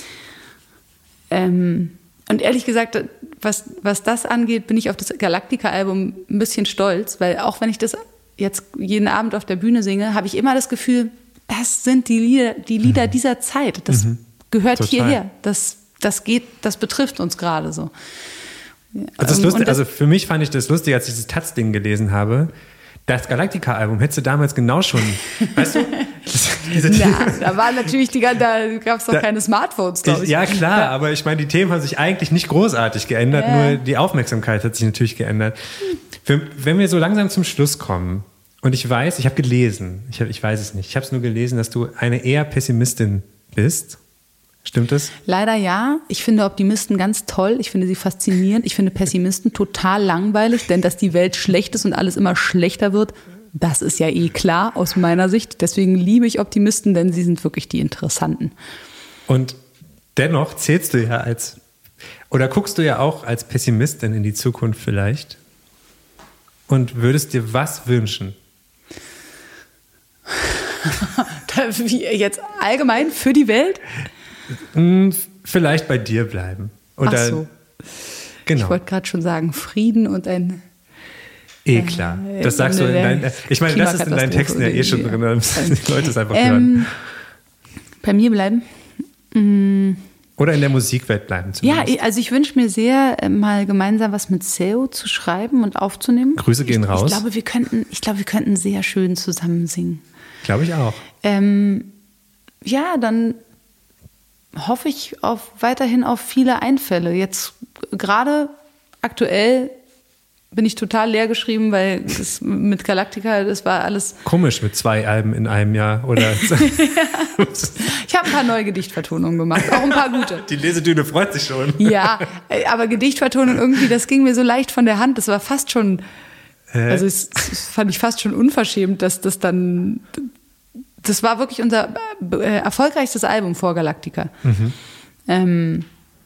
Ähm, und ehrlich gesagt, was, was das angeht, bin ich auf das Galactica-Album ein bisschen stolz, weil auch wenn ich das jetzt jeden Abend auf der Bühne singe, habe ich immer das Gefühl, das sind die Lieder, die Lieder mhm. dieser Zeit. Das mhm. gehört Total. hierher. Das, das geht, das betrifft uns gerade so. Also, das lustig, das, also für mich fand ich das lustig, als ich das Taz-Ding gelesen habe. Das Galactica-Album hättest du damals genau schon, weißt du? Das, diese Na, da waren natürlich die, da gab es doch da, keine Smartphones, glaube ich. Ja, klar, ja. aber ich meine, die Themen haben sich eigentlich nicht großartig geändert, ja. nur die Aufmerksamkeit hat sich natürlich geändert. Für, wenn wir so langsam zum Schluss kommen, und ich weiß, ich habe gelesen, ich, hab, ich weiß es nicht, ich habe es nur gelesen, dass du eine eher Pessimistin bist. Stimmt das? Leider ja. Ich finde Optimisten ganz toll. Ich finde sie faszinierend. Ich finde Pessimisten total langweilig, denn dass die Welt schlecht ist und alles immer schlechter wird, das ist ja eh klar aus meiner Sicht. Deswegen liebe ich Optimisten, denn sie sind wirklich die Interessanten. Und dennoch zählst du ja als, oder guckst du ja auch als Pessimistin in die Zukunft vielleicht und würdest dir was wünschen? Wie jetzt allgemein für die Welt? Vielleicht bei dir bleiben. Oder, Ach so. Genau. Ich wollte gerade schon sagen, Frieden und ein... Eh klar. Äh, das sagst du in deinen... Ich meine, das ist in deinen Texten ja eh schon drin. Die Leute es einfach ähm, hören. Bei mir bleiben? Mm. Oder in der Musikwelt bleiben zumindest. Ja, also ich wünsche mir sehr, mal gemeinsam was mit Seo zu schreiben und aufzunehmen. Grüße gehen ich, raus. Ich glaube, wir könnten, ich glaube, wir könnten sehr schön zusammen singen. Glaube ich auch. Ähm, ja, dann hoffe ich auf, weiterhin auf viele Einfälle. Jetzt gerade aktuell bin ich total leer geschrieben, weil das mit Galactica, das war alles... Komisch mit zwei Alben in einem Jahr, oder? Ich habe ein paar neue Gedichtvertonungen gemacht, auch ein paar gute. Die Lesedüne freut sich schon. Ja, aber Gedichtvertonung irgendwie, das ging mir so leicht von der Hand, das war fast schon... Hä? Also das fand ich fast schon unverschämt, dass das dann... Das war wirklich unser äh, erfolgreichstes Album vor Galactica. Mhm. Ähm,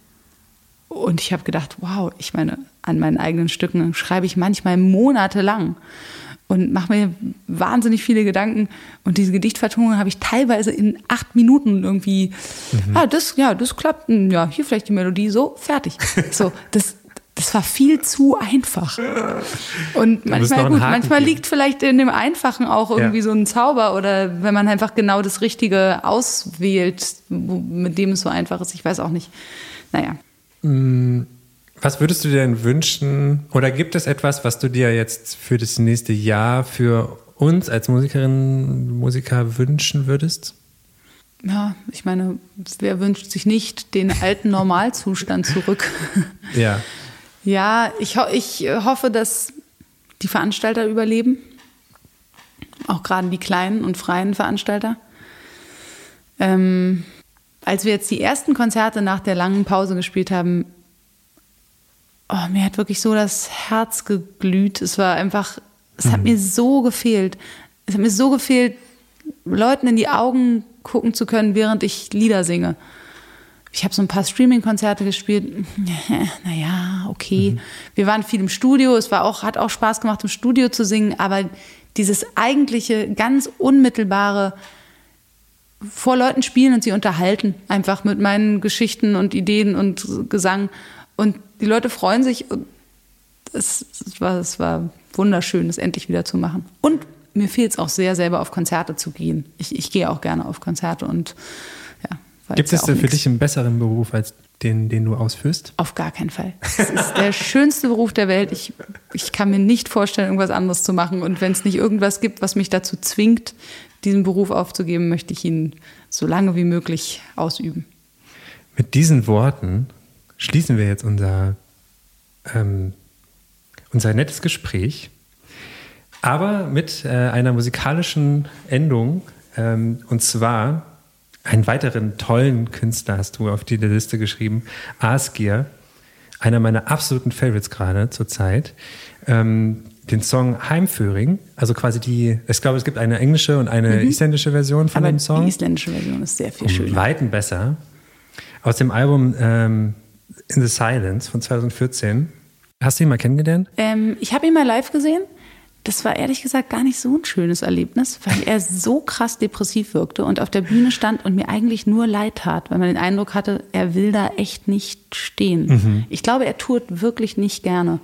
und ich habe gedacht, wow, ich meine, an meinen eigenen Stücken schreibe ich manchmal monatelang und mache mir wahnsinnig viele Gedanken. Und diese Gedichtvertonung habe ich teilweise in acht Minuten irgendwie, mhm. ah, das, ja, das klappt, ja, hier vielleicht die Melodie, so, fertig. So, das Das war viel zu einfach. Und manchmal, gut, manchmal geben. liegt vielleicht in dem Einfachen auch irgendwie ja. so ein Zauber oder wenn man einfach genau das Richtige auswählt, mit dem es so einfach ist. Ich weiß auch nicht. Naja. Was würdest du dir denn wünschen oder gibt es etwas, was du dir jetzt für das nächste Jahr für uns als Musikerinnen, Musiker wünschen würdest? Ja, ich meine, wer wünscht sich nicht den alten Normalzustand zurück? Ja. Ja, ich, ho- ich hoffe, dass die Veranstalter überleben. Auch gerade die kleinen und freien Veranstalter. Ähm, als wir jetzt die ersten Konzerte nach der langen Pause gespielt haben, oh, mir hat wirklich so das Herz geglüht. Es war einfach, es hat mhm. mir so gefehlt. Es hat mir so gefehlt, Leuten in die Augen gucken zu können, während ich Lieder singe. Ich habe so ein paar Streaming-Konzerte gespielt. Naja, okay. Mhm. Wir waren viel im Studio. Es war auch, hat auch Spaß gemacht, im Studio zu singen. Aber dieses eigentliche, ganz unmittelbare vor Leuten spielen und sie unterhalten. Einfach mit meinen Geschichten und Ideen und Gesang. Und die Leute freuen sich. Und es, es, war, es war wunderschön, das endlich wieder zu machen. Und mir fehlt es auch sehr, selber auf Konzerte zu gehen. Ich, ich gehe auch gerne auf Konzerte und ja. Gibt es denn für dich einen besseren Beruf als den, den du ausführst? Auf gar keinen Fall. Es ist der schönste Beruf der Welt. Ich, ich kann mir nicht vorstellen, irgendwas anderes zu machen. Und wenn es nicht irgendwas gibt, was mich dazu zwingt, diesen Beruf aufzugeben, möchte ich ihn so lange wie möglich ausüben. Mit diesen Worten schließen wir jetzt unser, ähm, unser nettes Gespräch. Aber mit äh, einer musikalischen Endung. Ähm, und zwar einen weiteren tollen Künstler hast du auf die Liste geschrieben. Asgir, einer meiner absoluten Favorites gerade zur Zeit. Ähm, den Song Heimführing, also quasi die, ich glaube, es gibt eine englische und eine mhm. isländische Version von Aber dem Song. Die isländische Version ist sehr viel um schöner. Weiten besser. Aus dem Album ähm, In the Silence von zwanzig vierzehn. Hast du ihn mal kennengelernt? Ähm, ich habe ihn mal live gesehen. Das war ehrlich gesagt gar nicht so ein schönes Erlebnis, weil er so krass depressiv wirkte und auf der Bühne stand und mir eigentlich nur leid tat, weil man den Eindruck hatte, er will da echt nicht stehen. Mhm. Ich glaube, er tourt wirklich nicht gerne.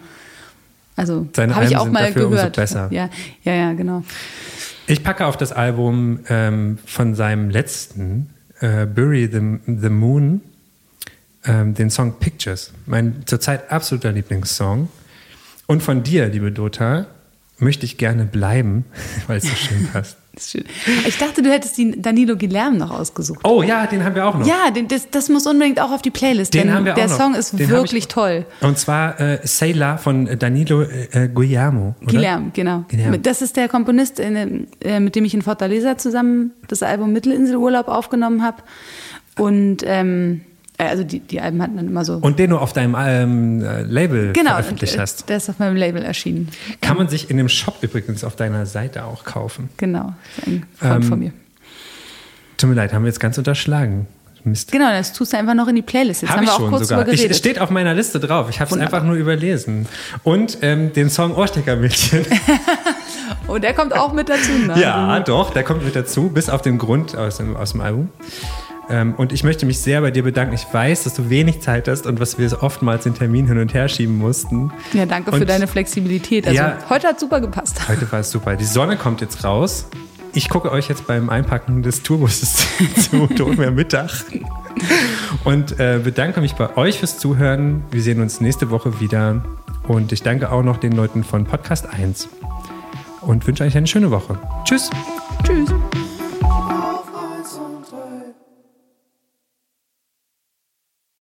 Also habe ich auch sind mal dafür gehört. Umso besser. Ja, ja, ja, genau. Ich packe auf das Album ähm, von seinem letzten, äh, Bury the, the Moon, ähm, den Song Pictures. Mein zurzeit absoluter Lieblingssong. Und von dir, liebe Dota, möchte ich gerne bleiben, weil es so schön passt. Das ist schön. Ich dachte, du hättest den Danilo Guilherme noch ausgesucht. Oh ja, den haben wir auch noch. Ja, den, das, das muss unbedingt auch auf die Playlist. Den denn haben wir der auch noch. Song ist Den wirklich ich, toll. Und zwar äh, Say La von Danilo äh, Guilherme. Guilherme, genau. Guilherme. Das ist der Komponist, in, äh, mit dem ich in Fortaleza zusammen das Album Mittelinselurlaub aufgenommen habe. Und ähm, also die, die Alben hatten dann immer so... Und den du auf deinem ähm, Label genau, veröffentlicht und, hast. Der ist auf meinem Label erschienen. Kann man sich in dem Shop übrigens auf deiner Seite auch kaufen. Genau, das ist ein Freund ähm, von mir. Tut mir leid, haben wir jetzt ganz unterschlagen. Mist. Genau, das tust du einfach noch in die Playlist. Jetzt Hab haben wir ich auch schon kurz sogar. drüber geredet. Es steht auf meiner Liste drauf. Ich habe es einfach nur überlesen. Und ähm, den Song Ohrsteckermädchen. Oh, der kommt auch mit dazu, ne? Ja, doch, der kommt mit dazu, bis auf den Grund aus dem, aus dem Album. Ähm, und ich möchte mich sehr bei dir bedanken. Ich weiß, dass du wenig Zeit hast und was wir oftmals den Termin hin und her schieben mussten. Ja, danke und für deine Flexibilität. Also ja, heute hat super gepasst. Heute war es super. Die Sonne kommt jetzt raus. Ich gucke euch jetzt beim Einpacken des Tourbusses zu, Dommeer Mittag. Und äh, bedanke mich bei euch fürs Zuhören. Wir sehen uns nächste Woche wieder. Und ich danke auch noch den Leuten von Podcast eins. Und wünsche euch eine schöne Woche. Tschüss. Tschüss.